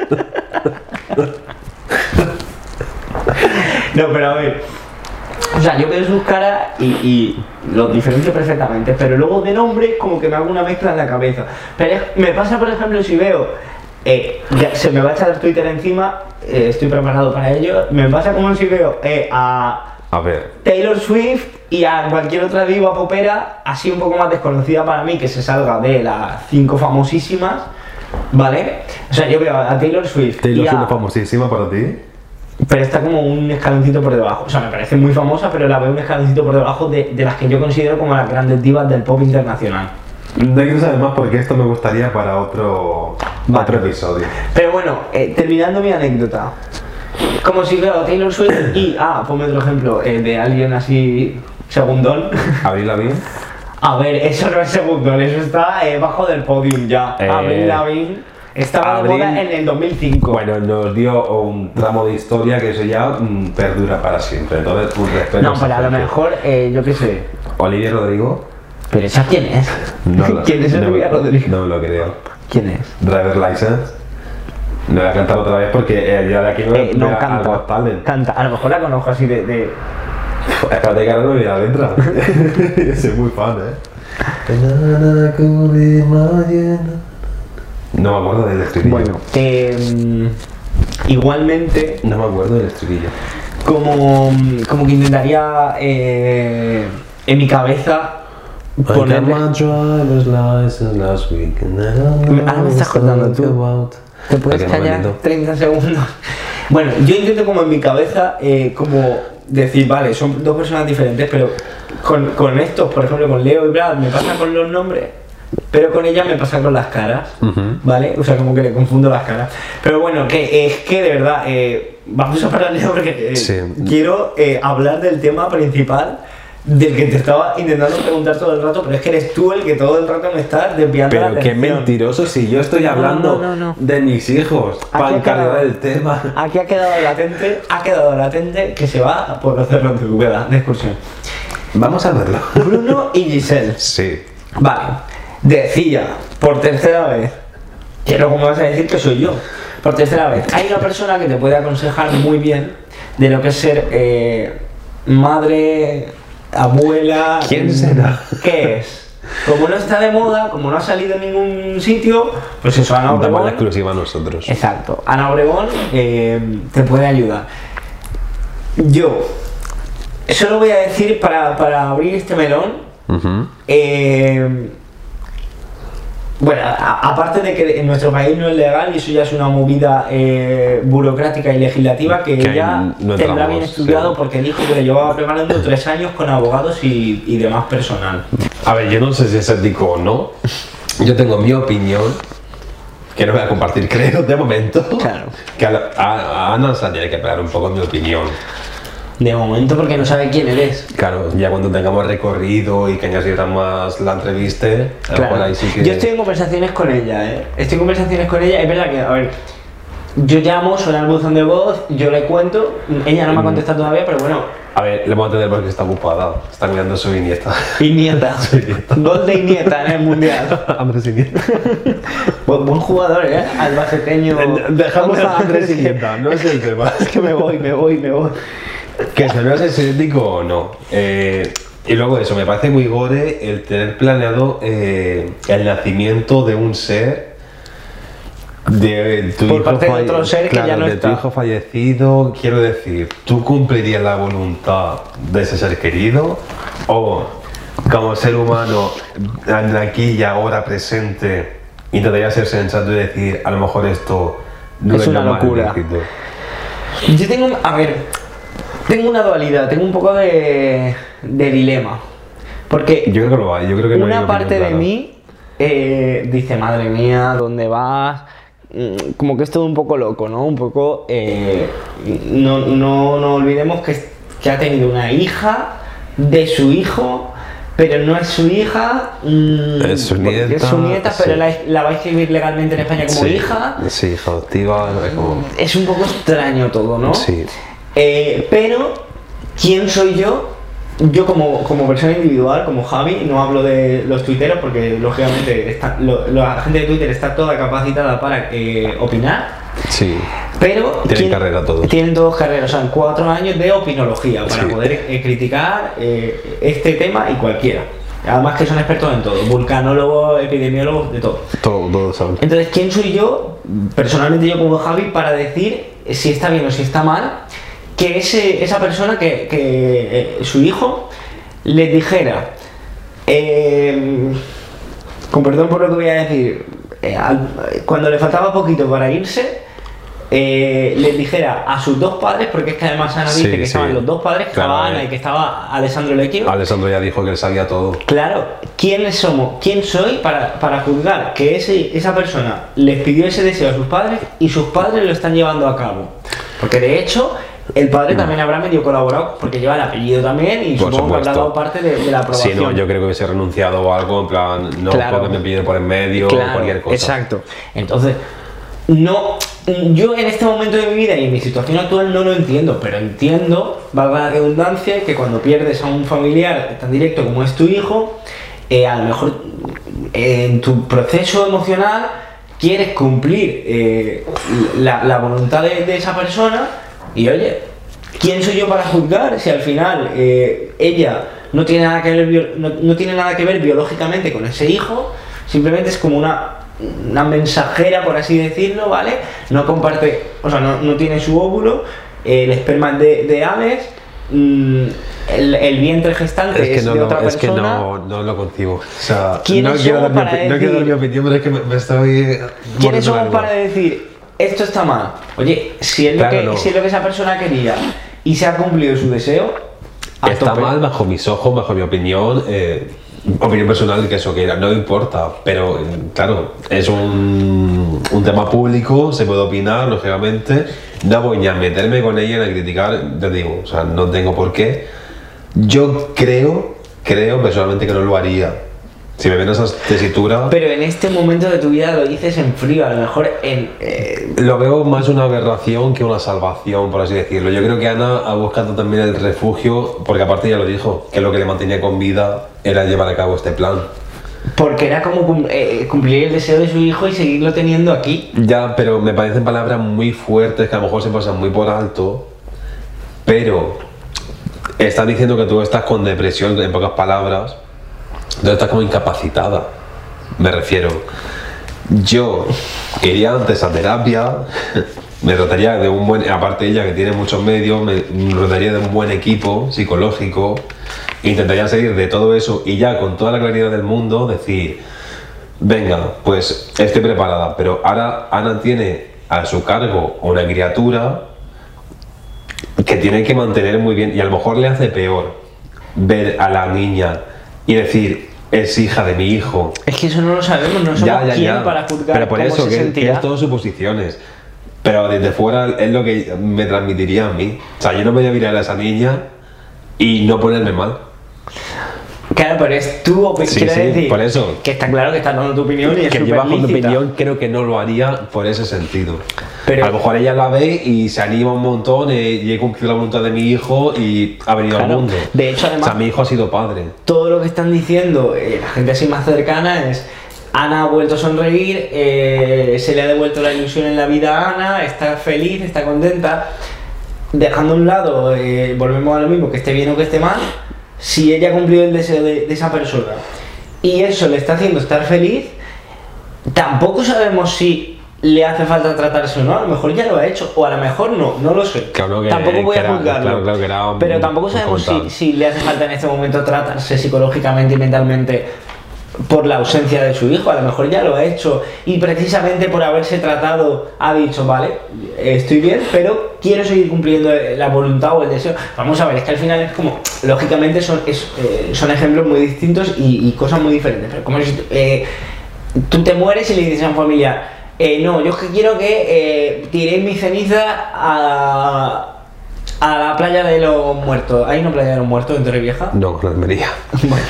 No, pero a ver. O sea, yo veo sus caras y, y los diferencio perfectamente, pero luego de nombre como que me hago una mezcla en la cabeza. Pero es- me pasa, por ejemplo, si veo, eh, ya se me va a echar Twitter encima, eh, estoy preparado para ello, me pasa como si veo eh, a A ver, Taylor Swift y a cualquier otra diva popera, así un poco más desconocida para mí, que se salga de las cinco famosísimas, ¿vale? O sea, yo veo a Taylor Swift Taylor y a- Swift es famosísima para ti. pero está como un escaloncito por debajo. O sea, me parece muy famosa, pero la veo un escaloncito por debajo de, de las que yo considero como las grandes divas del pop internacional. No quiero saber más porque esto me gustaría para otro, Vale. otro episodio. Pero bueno, eh, terminando mi anécdota. Como si veo a Taylor Swift y, ah, ponme otro ejemplo, eh, de alguien así segundón. Abril Lavigne. A ver, eso no es segundón, eso está eh, bajo del podium ya. Eh, Avril Lavigne estaba de Avril- moda en el dos mil cinco. Bueno, nos dio un tramo de historia que eso ya mm, perdura para siempre. Entonces, un respeto. no, a esa pero a lo gente. mejor, eh, yo qué sé. Olivia Rodrigo. ¿Pero esa quién es? lo- ¿Quién es no, Olivia Rodrigo? No me lo creo. ¿Quién es? Driver License. No voy a cantar otra vez porque el día de aquí no, Eh, no vea canta. algo talent. Canta, a lo mejor la conozco así de. de... Espérate que ahora no me la letra. Soy muy fan, ¿eh? No me acuerdo del estribillo. Bueno, eh, igualmente, No me acuerdo del estribillo. como, como que intentaría eh, en mi cabeza ponerle... Ahora me estás cortando tú. ¿Te puedes callar treinta segundos? Bueno, yo intento como en mi cabeza, eh, como decir, vale, son dos personas diferentes, pero con, con estos, por ejemplo, con Leo y Brad, me pasa con los nombres, pero con ella me pasa con las caras, Uh-huh. ¿vale? O sea, como que le confundo las caras. Pero bueno, que es que de verdad, eh, vamos a parar Leo porque eh, Sí. quiero eh, hablar del tema principal del que te estaba intentando preguntar todo el rato, pero es que eres tú el que todo el rato me estás desviando la Pero qué atención. mentiroso si yo estoy hablando no, no, no. de mis hijos para Aquí ha encargar quedado- el tema. Aquí ha quedado latente, ha quedado latente que se va por hacerlo en tu veda de excursión. Vamos a verlo. Bruno y Giselle. Sí. Vale, decía por tercera vez, que luego me vas a decir que soy yo. Por tercera vez, hay una persona que te puede aconsejar muy bien de lo que es ser eh, madre, abuela. ¿Quién será? ¿Qué es? Como no está de moda, como no ha salido en ningún sitio, pues eso, Ana Damos la Obregón. exclusiva a nosotros. Exacto, Ana Obregón eh, te puede ayudar. Yo solo voy a decir para, para abrir este melón. Ujú. Eh, bueno, a- aparte de que en nuestro país no es legal y eso ya es una movida eh, burocrática y legislativa que, Que ahí ella no tendrá entramos, bien estudiado sí. porque dijo que lo llevaba preparando tres años con abogados y, y demás personal. A ver, yo no sé si es ético o no. Yo tengo mi opinión, que no voy a compartir, creo, de momento. Claro. Que a, la- a- a Ana se la tiene que pegar un poco mi opinión. De momento porque no sabe quién eres. Claro, ya cuando tengamos recorrido y que años irán más la entreviste, a lo mejor ahí sí que... Yo estoy en conversaciones con ella, ¿eh? Estoy en conversaciones con ella. Es verdad que, a ver, yo llamo, suena el buzón de voz, yo le cuento, ella no me ha contestado todavía, pero bueno, A ver, le vamos a entender porque está ocupada. Está mirando a su nieta. y nieta, gol de Iniesta en el mundial. Andrés y nieta. Buen, buen jugador, ¿eh? Albaceteño. Dejamos a Andrés y nieta, no es el tema. Es que me voy, me voy, me voy. Que se me hace ser ético o no. Eh, y luego eso, me parece muy gore el tener planeado eh, el nacimiento de un ser de tu Por hijo parte de falle- otro ser que claro, ya no de está. tu hijo fallecido. Quiero decir, ¿tú cumplirías la voluntad de ese ser querido? O como ser humano, aquí y ahora presente, intentarías ser sensato y decir, a lo mejor esto no Es es, una lo más locura. lícito? Yo tengo, a ver, tengo una dualidad, tengo un poco de, de dilema. Porque Yo creo que lo hay, yo creo que no hay una opinión parte de clara. mí eh, dice, madre mía, ¿dónde vas? Mm, Como que es todo un poco loco, ¿no? Un poco... eh, no, no, no olvidemos que, que ha tenido una hija de su hijo, pero no es su hija. mm, Es su porque nieta, Es su nieta, pero sí. la, la va a escribir legalmente en España como Sí, hija. Sí, hija adoptiva, es como... Es un poco extraño todo, ¿no? Sí. Eh, pero, ¿quién soy yo? Yo como, como persona individual, como Javi, no hablo de los tuiteros porque lógicamente está- lo- la gente de Twitter está toda capacitada para eh, opinar, Sí. pero Tienen ¿quién- carrera todos. Tienen todos carrera, o sea, cuatro años de opinología para Sí. poder eh, criticar eh, este tema y cualquiera. Además que son expertos en todo, vulcanólogos, epidemiólogos, de todo. Todo, todo saben. Entonces, ¿quién soy yo, personalmente yo como Javi, para decir si está bien o si está mal que ese, esa persona, que, que eh, su hijo, les dijera, eh, con perdón por lo que voy a decir, eh, al- cuando le faltaba poquito para irse, eh, les dijera a sus dos padres, porque es que además Ana Sí, dice que sí. estaban los dos padres, que Claro, estaba Ana eh. y que estaba Alessandro Lecchio. Alessandro ya dijo que él sabía todo. Claro, ¿quiénes somos? ¿Quién soy para, para juzgar que ese, esa persona les pidió ese deseo a sus padres y sus padres lo están llevando a cabo? Porque de hecho, el padre también habrá medio colaborado porque lleva el apellido también y Por supongo que habrá supuesto. dado parte de, de la Si aprobación. no, yo creo que hubiese renunciado o algo, en plan, no Claro. porque me piden por en medio o Claro, cualquier cosa. Exacto. Entonces, no, yo en este momento de mi vida y en mi situación actual no lo entiendo, pero entiendo, valga la redundancia, que cuando pierdes a un familiar tan directo como es tu hijo, eh, a lo mejor eh, en tu proceso emocional quieres cumplir eh, la, la voluntad de, de esa persona y oye, ¿quién soy yo para juzgar si al final eh, ella no tiene nada que ver, no, no tiene nada que ver biológicamente con ese hijo? Simplemente es como una, una mensajera, por así decirlo, ¿vale? No comparte, o sea, no, no tiene su óvulo, eh, el esperma es de, de Alex, mmm, el, el vientre gestante es, es, que no, de otra no, es persona. que no, no lo concibo. O sea, ¿Quiénes no quiero, dar somos mi, para opi- no decir- quiero dar mi opinión, pero es que me, me estoy... ¿Quiénes mordiendo somos la para lengua. decir esto está mal? Oye, si es, Claro, lo que, no. si es lo que esa persona quería y se ha cumplido su deseo, a Está tope. mal bajo mis ojos, bajo mi opinión, eh, opinión personal, que eso quiera, no importa, pero eh, claro, es un, un tema público, se puede opinar, lógicamente, no voy a meterme con ella ni a criticar, te digo, o sea, no tengo por qué. Yo creo, creo personalmente que no lo haría. Si me ven esa tesitura, Pero en este momento de tu vida lo dices en frío, a lo mejor en... eh, lo veo más una aberración que una salvación, por así decirlo. Yo creo que Ana ha buscado también el refugio, porque aparte ya lo dijo, que lo que le mantenía con vida era llevar a cabo este plan. porque era como cum- eh, cumplir el deseo de su hijo y seguirlo teniendo aquí. Ya, pero me parecen palabras muy fuertes que a lo mejor se pasan muy por alto, pero estás diciendo que tú estás con depresión, en pocas palabras, entonces estás como incapacitada, me refiero. Yo iría antes a terapia, me rotaría de un buen, aparte ella que tiene muchos medios, me rotaría de un buen equipo psicológico, intentaría salir de todo eso y ya con toda la claridad del mundo decir, venga, pues estoy preparada, pero ahora Ana tiene a su cargo una criatura que tiene que mantener muy bien y a lo mejor le hace peor ver a la niña y decir, es hija de mi hijo. Es que eso no lo sabemos, no somos Ya, ya, quién ya. para juzgar Pero por cómo eso, se que, que sentirá. es todo suposiciones. Pero desde fuera es lo que me transmitiría a mí. O sea, yo no me voy a mirar a esa niña y no ponerme mal. Claro, pero es tu opinión. Sí, Quiero sí, decir por eso. que está claro que estás dando tu opinión y es Que yo súper bajo mi lícita. opinión creo que no lo haría por ese sentido. Pero- a lo mejor ella la ve y se anima un montón eh, y he cumplido la voluntad de mi hijo y ha venido Claro. al mundo. De hecho, además- o sea, mi hijo ha sido padre. Todo lo que están diciendo eh, la gente así más cercana es: Ana ha vuelto a sonreír, eh, se le ha devuelto la ilusión en la vida a Ana, está feliz, está contenta. Dejando a un lado, eh, volvemos a lo mismo, que esté bien o que esté mal, si ella ha cumplido el deseo de, de esa persona y eso le está haciendo estar feliz, tampoco sabemos si le hace falta tratarse o no. A lo mejor ya lo ha hecho, o a lo mejor no, no lo sé. Claro que- tampoco voy que a era- juzgarlo. claro, claro que era un- pero tampoco un sabemos si, contar. si le hace falta en este momento tratarse psicológicamente y mentalmente por la ausencia de su hijo. A lo mejor ya lo ha hecho y precisamente por haberse tratado ha dicho, vale, estoy bien, pero quiero seguir cumpliendo la voluntad o el deseo. Vamos a ver, es que al final es como, lógicamente son, es, eh, son ejemplos muy distintos y, y cosas muy diferentes, pero como si eh, tú te mueres y le dices a un familiar, eh, no, yo es que quiero que eh, tiréis mi ceniza a, a la playa de los muertos. ¿Hay una playa de los muertos en Torrevieja? No, la Almería. Bueno.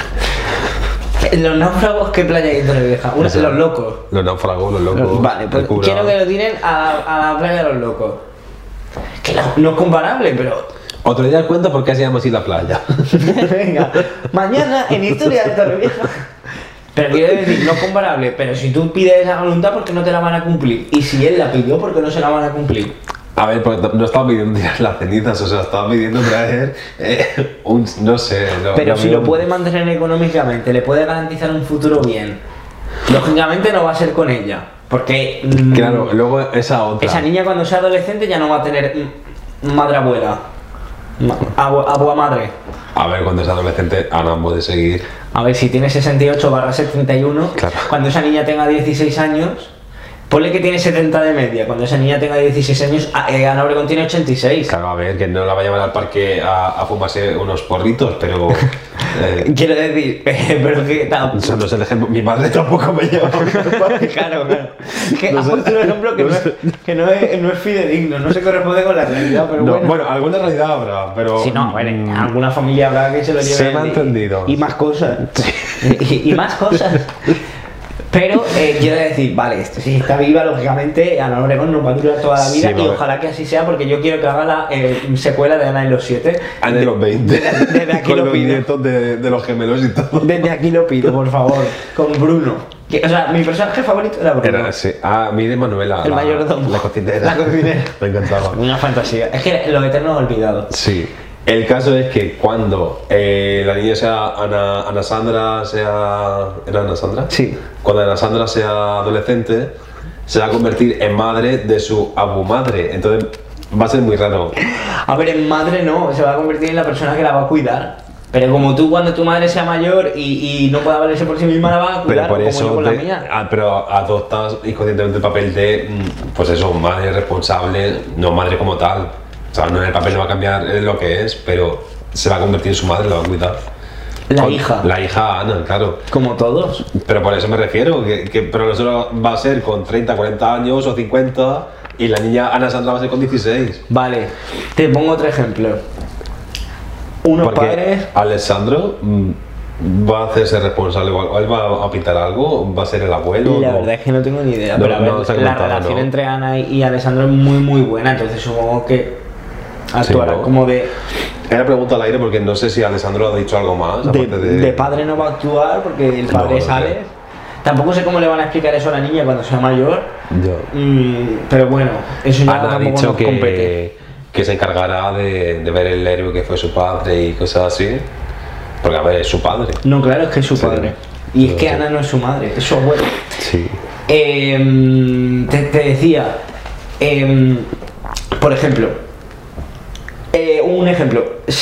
Los náufragos, ¿qué playa hay en Torrevieja? Una, Esa. los locos. Los náufragos, los locos. Vale, pues el cura. quiero que lo tiren a, a la playa de los locos. Que no, no es comparable, pero... Otro día cuenta por qué se llama así la playa. Venga, mañana en Historia de Torrevieja. Pero quiero decir, no es comparable, pero si tú pides esa voluntad, ¿por qué no te la van a cumplir? Y si él la pidió, ¿por qué no se la van a cumplir? A ver, porque no estaba pidiendo tirar las cenizas, o sea, estaba pidiendo traer eh, un. No sé. No, Pero no si veo- lo puede mantener económicamente, le puede garantizar un futuro bien, lógicamente no va a ser con ella. Porque mm, Claro, luego esa otra. esa niña cuando sea adolescente ya no va a tener mm, madre abuela, ma- abu- abua madre. A ver, cuando es adolescente, Ana puede seguir. A ver, si tiene sesenta y ocho barra setenta y uno, Claro. cuando esa niña tenga dieciséis años, ponle que tiene setenta de media, cuando esa niña tenga dieciséis años, a- eh, Ana Obregón tiene ochenta y seis. Claro, a ver, que no la va a llevar al parque a, a fumarse unos porritos, pero. eh, Quiero decir, pero que tam- eso no es el ejemplo. Mi madre tampoco me lleva. Claro, claro. Que No has sé. puesto un ejemplo que, no, es, que no, es, no es fidedigno, no se corresponde con la realidad, pero No, bueno. bueno, alguna realidad habrá, pero. Si no, a ver, en mm, alguna familia habrá que se lo lleve. Se me ha y- entendido. Y, más cosas. Y, y más cosas. Pero eh, quiero decir, vale, esto si está viva, lógicamente, Ana Obregón nos va a durar toda la vida Sí, y vale. ojalá que así sea, porque yo quiero que haga la eh, secuela de Ana y los siete. Ana de los veinte. Desde, desde aquí Con lo los pido. nietos de, de los gemelos y todo. Desde aquí lo pido, por favor, con Bruno. Que, o sea, mi personaje favorito era Bruno. Era, sí. Ah, a mí de Manuela. El la, mayordomo. La cocinera. La cocinera. Me encantaba. Una fantasía. Es que los eternos olvidados. Sí. El caso es que cuando eh, la niña sea Ana, Ana Sandra sea... ¿Era Ana Sandra? Sí. Cuando Ana Sandra sea adolescente, se va a convertir en madre de su abumadre. Entonces va a ser muy raro. A ver, en madre no, se va a convertir en la persona que la va a cuidar. Pero como tú, cuando tu madre sea mayor y, y no pueda valerse por sí misma, la vas a cuidar, Pero por como eso yo con te- la mía. ah, pero adoptas inconscientemente el papel de, mm, pues eso, madre responsable, no madre como tal. O sea, no, el papel no va a cambiar eh, lo que es, pero se va a convertir en su madre, la va a cuidar. La Con- hija. La hija Ana, claro. Como todos. Pero por eso me refiero, que, que pero no solo va a ser con treinta, cuarenta años o cincuenta y la niña Ana Sandra va a ser con dieciséis. Vale, te pongo otro ejemplo. Unos Porque padres... Alessandro mm, va a hacerse responsable, o él va a pintar algo, va a ser el abuelo. La ¿no? verdad es que no tengo ni idea, No, pero a ver, no se ha la comentado, relación ¿no? entre Ana y Alessandro es muy muy buena, entonces supongo que actuará ¿no? como de, Era pregunta al aire porque no sé si Alessandro ha dicho algo más. de, aparte de, de padre no va a actuar porque el padre No, es no sé. Alex. Tampoco sé cómo le van a explicar eso a la niña cuando sea mayor, Yo. mm, pero bueno, eso ya Ana ha tampoco dicho nos compete. que, que se encargará de, de ver el héroe que fue su padre y cosas así. Porque a ver, es su padre. No, claro, es que es su Sí. padre. Y es Sí, que sí. Ana no es su madre, es su abuelo. Sí. Em, te, te decía, em, por ejemplo, eh, un ejemplo,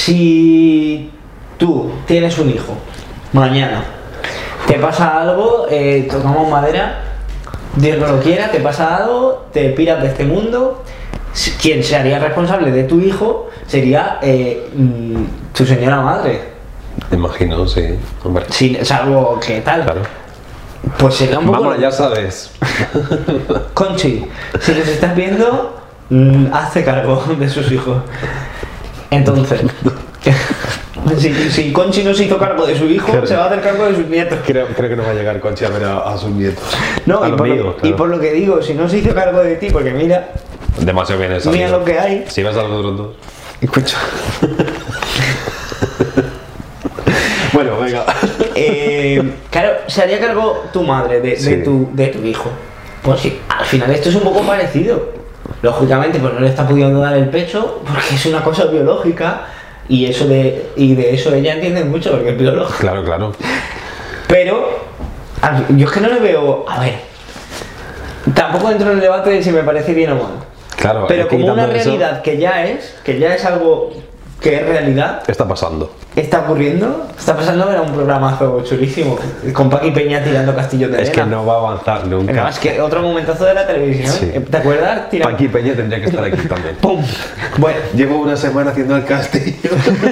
si tú tienes un hijo, mañana, te pasa algo, eh, tocamos madera, Dios no lo quiera, te pasa algo, te piras de este mundo, si- quien se haría responsable de tu hijo sería eh, mm, tu señora madre, Me imagino, sí. Hombre. si, salvo que tal. Claro. Pues sería un poco... Vamos, ya sabes. Conchi, si nos estás viendo, mm, hazte cargo de sus hijos. Entonces, si, si Conchi no se hizo cargo de su hijo, Claro. se va a hacer cargo de sus nietos. Creo, creo que no va a llegar Conchi a ver a, a sus nietos. No, a y los por, míos, lo, y claro. por lo que digo, si no se hizo cargo de ti, porque mira, Demasiado bien esa. mira lo que hay. Si vas a los otros dos. Escucha. Bueno, venga. Eh, claro, se haría cargo tu madre de, de Sí. tu, de tu hijo. Pues sí, al final esto es un poco parecido. Lógicamente, pues no le está pudiendo dar el pecho porque es una cosa biológica y eso de y de eso ella entiende mucho porque es biológico. Claro, claro. Pero al- yo es que no le veo, a ver, tampoco entro en el debate de si me parece bien o mal. Claro, Pero es que como una quitando eso, realidad que ya es, que ya es algo que es realidad, está pasando. está ocurriendo, está pasando, era un programazo chulísimo, con Paqui Peña tirando castillos de Es arena. que no va a avanzar nunca. Pero es que otro momentazo de la televisión, Sí. ¿te acuerdas? Tirando- Paqui Peña tendría que estar aquí también. ¡Pum! Bueno, Llevo una semana haciendo el castillo.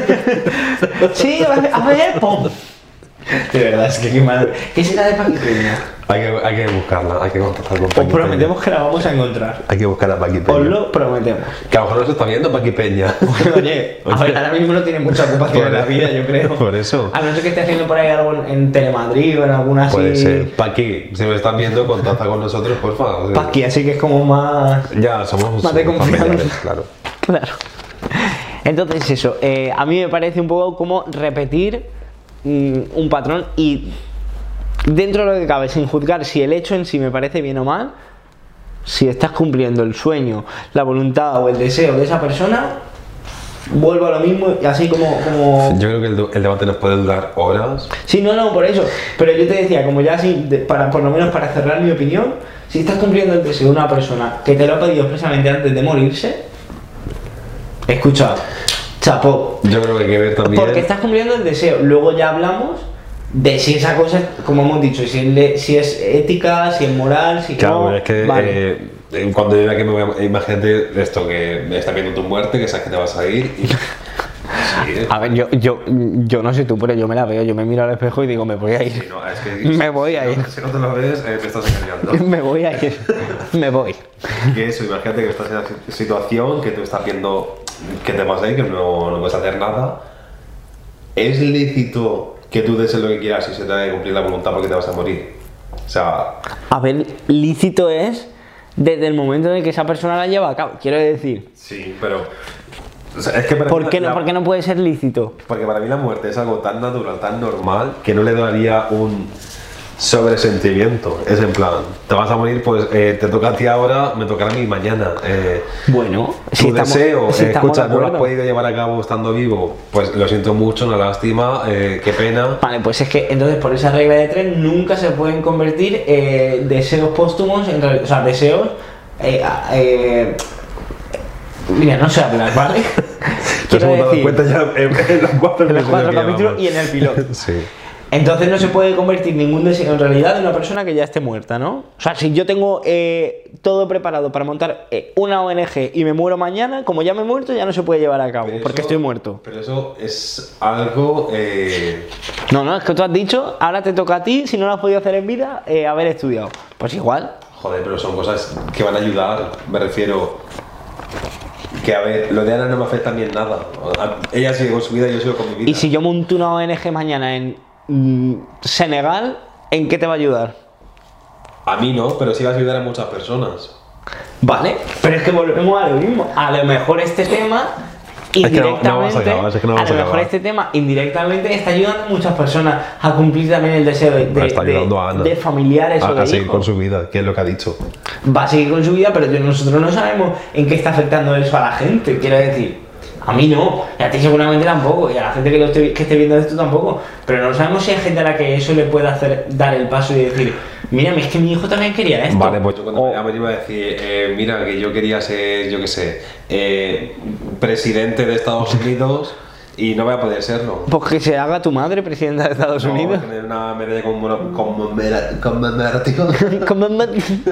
sí, a ver, a ver, ¡pum! De verdad, es que qué madre. ¿Qué será de Paqui Peña? hay, que, hay que buscarla, hay que contactar con Os Paqui prometemos que la vamos a encontrar. Peña. Hay que buscar a Paqui Peña. Os lo prometemos. Que a lo mejor no se está viendo Paqui Peña. Oye, a ver, ahora mismo no tiene mucha ocupación en la vida, yo creo. Por eso. A no ser que esté haciendo por ahí algo en, en Telemadrid o en alguna así. Puede ser. Paqui, si me están viendo, contacta con nosotros, por favor. Paqui, así que es como más. Ya, somos Más de confianza. familiares, claro. Claro. Entonces, eso, eh, a mí me parece un poco como repetir mm, un patrón y dentro de lo que cabe, sin juzgar si el hecho en sí me parece bien o mal, si estás cumpliendo el sueño, la voluntad o el deseo de esa persona, vuelvo a lo mismo y así como... como... Yo creo que el, el debate nos puede durar horas. Sí, no, no, por eso. Pero yo te decía, como ya así, de- para, por lo menos para cerrar mi opinión, si estás cumpliendo el deseo de una persona que te lo ha pedido expresamente antes de morirse, escucha, chapó. Yo creo que hay que ver también. Porque estás cumpliendo el deseo. Luego ya hablamos de si esa cosa, como hemos dicho, si es, le- si es ética, si es moral, si Claro, no. pero es que Vale. eh, en cuando yo vea que me voy a, imagínate esto, que me está viendo tu muerte, que sabes que te vas a ir y... Sí, A ver, yo, yo, yo no sé tú, pero yo me la veo, yo me miro al espejo y digo, me voy a ir. sí, no, es que, Me voy a si ir. no- si no te lo ves, eh, me estás engañando. Me voy a ir. Me voy. Que eso, imagínate que estás en una si- situación que tú estás viendo que te vas a ir, que no, no puedes hacer nada. ¿Es lícito que tú desees lo que quieras y se te va a cumplir la voluntad porque te vas a morir? O sea, A ver, lícito es desde el momento en el que esa persona la lleva a cabo. Quiero decir, sí, pero... o sea, es que para ¿por mí qué la- no, por qué no puede ser lícito? Porque para mí la muerte es algo tan natural, tan normal, que no le daría un, Sobre sentimiento, es en plan, te vas a morir, pues eh, te toca a ti ahora, me tocará a mí mañana. Eh, Bueno, tu si estamos- deseo, si eh, estamos escucha, de no lo has acuerdo. podido llevar a cabo estando vivo, pues lo siento mucho, una lástima, eh, qué pena. Vale, pues es que entonces por esa regla de tres nunca se pueden convertir eh, deseos póstumos en real- o sea, deseos. Eh, a- eh, mira, no sé hablar, ¿vale? Te has Quiero dado decir, cuenta ya en, en los cuatro, en los episodios cuatro que capítulos llevamos. y en el piloto. Sí. Entonces no se puede convertir ningún deseo en realidad de una persona que ya esté muerta, ¿no? O sea, si yo tengo eh, todo preparado para montar eh, una O N G y me muero mañana, como ya me he muerto, ya no se puede llevar a cabo, Pero porque eso- estoy muerto. Pero eso es algo. Eh, No, no, es que tú has dicho, ahora te toca a ti, si no lo has podido hacer en vida, eh, haber estudiado. Pues igual. joder, pero son cosas que van a ayudar, me refiero. Que a ver, lo de Ana no me afecta a mí en nada. A- Ella sigue con su vida y yo sigo con mi vida. Y si yo monto una O N G mañana en mm, Senegal, ¿en qué te va a ayudar? A mí no, pero sí vas a ayudar a muchas personas. Vale, pero es que volvemos a lo mismo. A lo mejor este tema que no- no indirectamente, vamos a acabar, es que no a vamos lo a mejor acabar. este tema indirectamente está ayudando a muchas personas a cumplir también el deseo de, de, Está de- ayudando a Ana. de familiares A, o de a seguir hijos. con su vida, que es lo que ha dicho. Va a seguir con su vida, pero nosotros no sabemos en qué está afectando eso a la gente, quiero decir. A mí no, y a ti seguramente tampoco, y a la gente que, lo esté, que esté viendo esto tampoco. Pero no sabemos si hay gente a la que eso le puede hacer dar el paso y decir, mira, es que mi hijo también quería esto. Vale, pues yo cuando O- me llame iba a decir, eh, mira, que yo quería ser, yo qué sé, eh, presidente de Estados Unidos y no voy a poder serlo. Pues que se haga tu madre presidenta de Estados No, Unidos. tener una medalla conmemora- conmemora- conmemorativa Como ma-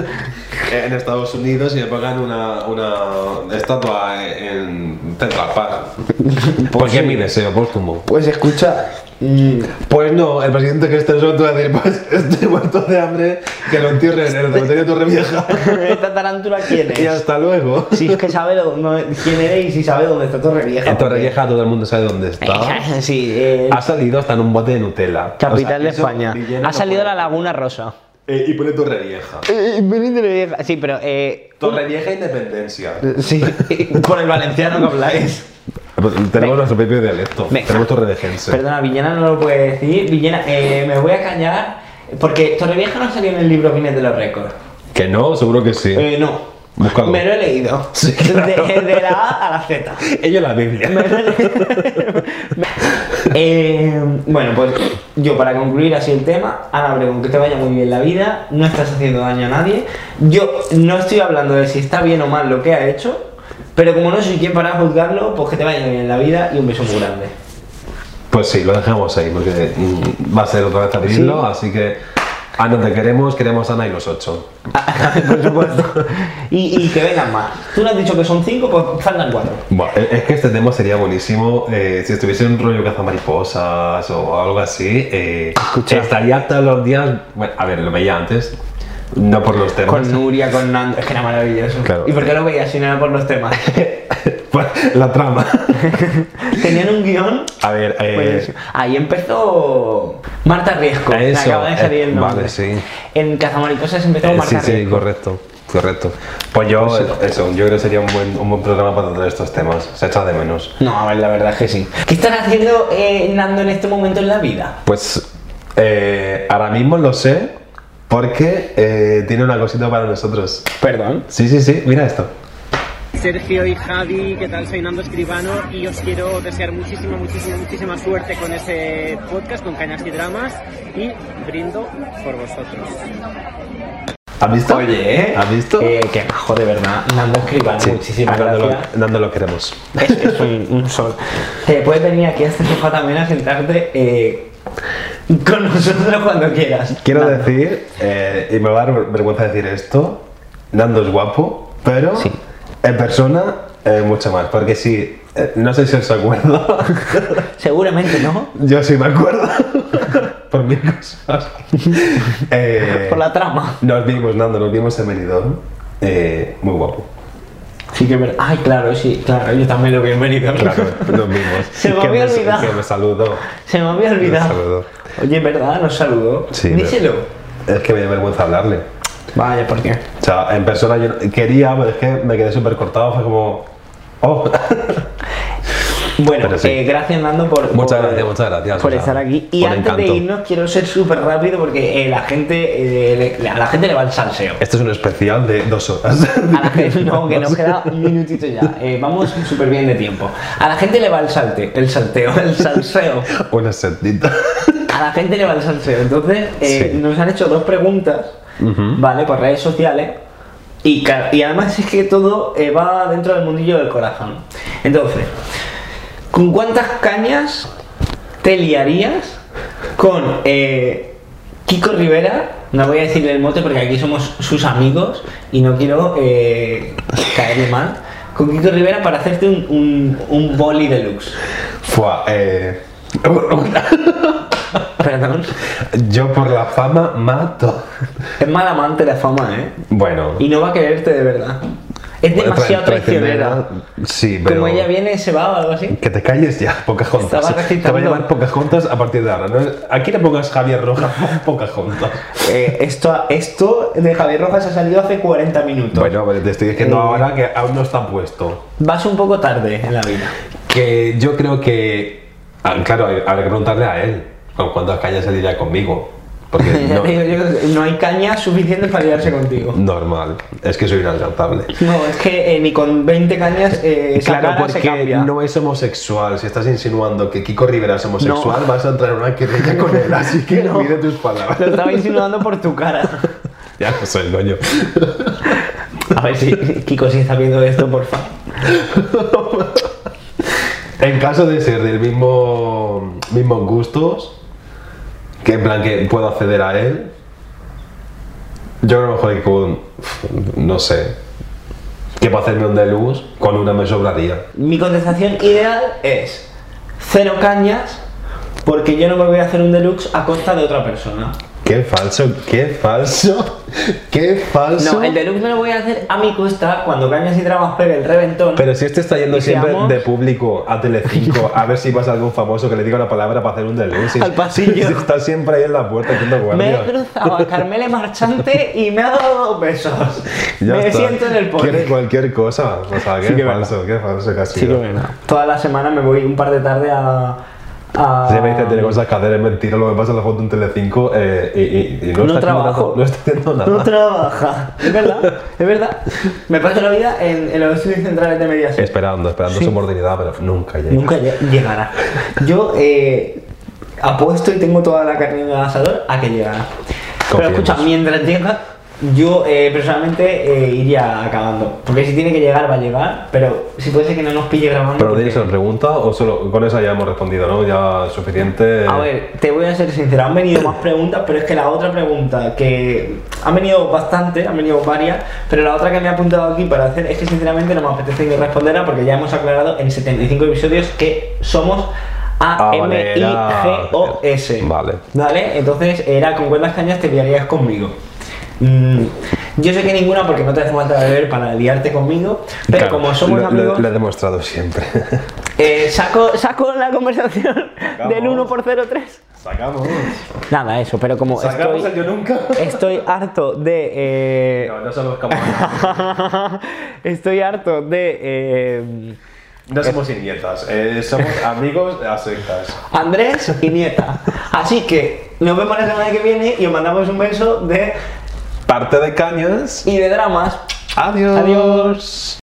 en Estados Unidos y me pongan una, una estatua en Central Park. Porque es mi deseo póstumo. Pues escucha, mm, Pues no, el presidente que esté solo te va a decir, pues estoy muerto de hambre, que lo entierren en el cementerio de Torrevieja. ¿esta tarántula quién Y es? hasta luego. Si es que sabe lo- no- quién eres y si sabe dónde está Torrevieja. En Torrevieja todo el mundo sabe dónde está. Sí, eh, Ha salido hasta en un bote de Nutella. capital O sea, de eso España. Villena Ha no salido puede. la Laguna Rosa. Eh, y pone Torrevieja. Eh, Sí, pero eh, Torrevieja Independencia. sí, por el valenciano que habláis. Pues tenemos nuestro propio dialecto. Venga. Tenemos Torrevejense. Perdona, Villena no lo puede decir. Villena, eh, me voy a callar porque Torrevieja no salió en el libro Guinness de los Récords. Que no, seguro que sí. Eh, no. Búscalo. Me lo he leído. Sí, claro. de, de la A a la Z. Ella es la Biblia. Me lo he leído. Eh, bueno, pues yo para concluir así el tema, Ana Obregón, que te vaya muy bien la vida, no estás haciendo daño a nadie. Yo no estoy hablando de si está bien o mal lo que ha hecho, pero como no soy quien para juzgarlo, pues que te vaya muy bien la vida y un beso muy grande. Pues sí, lo dejamos ahí, porque mm, va a ser otra vez abrirlo, así que Ana, te queremos, queremos a Ana y los ocho. Por supuesto. Y, y que vengan más. Tú le has dicho que son cinco, pues faltan cuatro. Bueno, es que este tema sería buenísimo eh, si estuviese en un rollo cazamariposas o algo así. Eh, Escucha. Estaría todos los días. Bueno, a ver, lo veía antes, no por los temas. Con Nuria, con Nando, es que era maravilloso. Claro. ¿Y por qué lo veías si no era por los temas? Pues, la trama. Tenían un guión. A ver, eh, Buenísimo. Ahí empezó Marta Riesco. Me Eso, acaba de salir eh, el nombre. vale, sí. En Cazamariposas empezó eh, Marta sí, sí, Riesco. correcto. Correcto. Pues yo, eso, yo creo que sería un buen, un buen programa para tratar estos temas. Se echa de menos. No, a ver, la verdad es que sí. ¿Qué están haciendo eh, Nando en este momento en la vida? Pues eh, ahora mismo lo sé porque eh, tiene una cosita para nosotros. Perdón. Sí, sí, sí, mira esto. Sergio y Javi, ¿qué tal? Soy Nando Escribano y os quiero desear muchísima, muchísima, muchísima suerte con este podcast, con Cañas y Dramas, y brindo por vosotros. ¿Has visto? Oye, ¿eh? ¿Has visto? Eh, qué majo, de verdad. Nando Escribano, Sí, muchísimas a Nando gracias. lo, Nando lo queremos. Es, es un, un sol. Te puedes venir aquí a este sofá también a sentarte eh, con nosotros cuando quieras. Quiero Nando. decir, eh, y me va a dar vergüenza decir esto, Nando es guapo, pero Sí. en persona eh, mucho más, porque sí, eh, no sé si os acuerdo, Seguramente no. yo sí me acuerdo, por mil cosas. Eh, Por la trama. Nos vimos, Nando, nos vimos en Benidorm, eh, muy guapo. Sí que es verdad. Ay, claro, sí, claro, yo también lo bienvenido. Claro, nos vimos. Se me Que había olvidado. Que me saludó. Se me había Me olvidado. saludó. Oye, ¿verdad? Nos saludó. Sí, Díselo. Es que me da vergüenza hablarle. Vaya, ¿por qué? O sea, en persona yo no- quería, pero es que me quedé súper cortado, fue como... Oh. Bueno, Pero sí. eh, gracias Nando por, Muchas por- gracias, muchas gracias, por o sea, estar aquí. Y por antes encanto. de irnos quiero ser súper rápido porque eh, la gente eh, le- a la gente le va el salseo. Este es un especial de dos horas. A la gente, no, que nos queda un minutito ya. Eh, vamos súper bien de tiempo. A la gente le va el salte, el salteo, el salseo. Una setita. A la gente le va el salseo. Entonces, eh, Sí. nos han hecho dos preguntas, Ujú. ¿vale? Por redes sociales. Y, ca- y además es que todo eh, va dentro del mundillo del corazón. Entonces, ¿con cuántas cañas te liarías con eh, Kiko Rivera? No voy a decirle el mote porque aquí somos sus amigos y no quiero eh, caerle mal. Con Kiko Rivera para hacerte un, un, un boli deluxe. Fua, eh... Perdón. Yo por la fama mato. Es mal amante de fama, ¿eh? Bueno. Y no va a quererte de verdad. Es demasiado tra- traicionera. Sí, pero... Como ella viene, se va o algo así. Que te calles ya, Pocahontas. Estaba Te va a recitando. llamar Pocahontas a partir de ahora. ¿No? Aquí le pongas Javier Rojas, Pocahontas. Eh, esto, esto de Javier Rojas ha salido hace cuarenta minutos. Bueno, pero te estoy diciendo Eh. ahora que aún no está puesto. Vas un poco tarde en la vida. Que yo creo que... ah, claro, habrá que preguntarle a él con cuántas cañas se diría conmigo. Porque Ya no, te digo yo que no hay caña suficiente para liarse contigo. normal, es que soy inalcanzable. No, es que eh, ni con veinte cañas eh, esa Claro, cara se porque cambia. no es homosexual. Si estás insinuando que Kiko Rivera es homosexual, No. vas a entrar en una querella con él. Así que No. mide tus palabras. Lo estaba insinuando por tu cara. Ya no soy el coño. A ver si Kiko si está viendo esto, por favor. En caso de ser del mismo mismos gustos, que en plan que puedo acceder a él, yo creo mejor que con, no sé, que para hacerme un deluxe, con una me sobraría. Mi contestación ideal es cero cañas porque yo no me voy a hacer un deluxe a costa de otra persona. Qué falso, qué falso, qué falso. No, el deluxe me lo voy a hacer a mi costa cuando Cañas y Dramas pegue el reventón. Pero si este está yendo Y siempre seamos- de público a Telecinco a ver si pasa algún famoso que le diga una palabra para hacer un deluxe. Al pasillo. Si está siempre ahí en la puerta haciendo me guardia. he cruzado a Carmele Marchante y me ha dado dos besos. Ya me está. siento en el Quiere poder. cualquier cosa. O sea, qué Sí que es falso, qué falso que ha Sí, sido. que bueno. Toda la semana me voy un par de tarde a. a... Se me dice tiene cosas que hacer, es mentira lo que pasa en la foto en Telecinco eh, y, y, y no, No está trabajo. haciendo nada, no está haciendo nada. No trabaja. Es verdad, es verdad. Me paso la vida en, en los estudios centrales de Mediaset. Esperando, esperando Sí. su oportunidad, pero nunca llega. Nunca lle- llegará. Yo eh, apuesto y tengo toda la carne en el asador a que llegará. Pero Confiemos. escucha, mientras llega, yo eh, personalmente eh, iría acabando. Porque si tiene que llegar, va a llegar. Pero si puede ser que no nos pille grabando. ¿Pero porque- tienes una pregunta o solo con esa ya hemos respondido, no? Ya es suficiente. A ver, te voy a ser sincero, han venido más preguntas, pero es que la otra pregunta que han venido bastante, han venido varias, pero la otra que me he apuntado aquí para hacer es que sinceramente no me apetece ni responderla porque ya hemos aclarado en setenta y cinco episodios que somos A Ah, M vale, I era- G O S. Vale. Vale, entonces era con cuántas cañas te liarías conmigo. Mm, yo sé que ninguna porque no te hace falta beber para liarte conmigo, pero Claro, como somos lo, lo- amigos, lo he demostrado siempre. eh, saco, saco la conversación del uno por cero tres. Sacamos. Nada, eso, pero como Sacamos estoy, el yo nunca. estoy harto de... eh, No, no somos camaradas. estoy harto de... eh, No somos nietas, eh, somos amigos a secas. Andrés y Nieta. Así que nos vemos la semana que viene y os mandamos un beso de... Parte de cañas. y de dramas. Adiós. Adiós.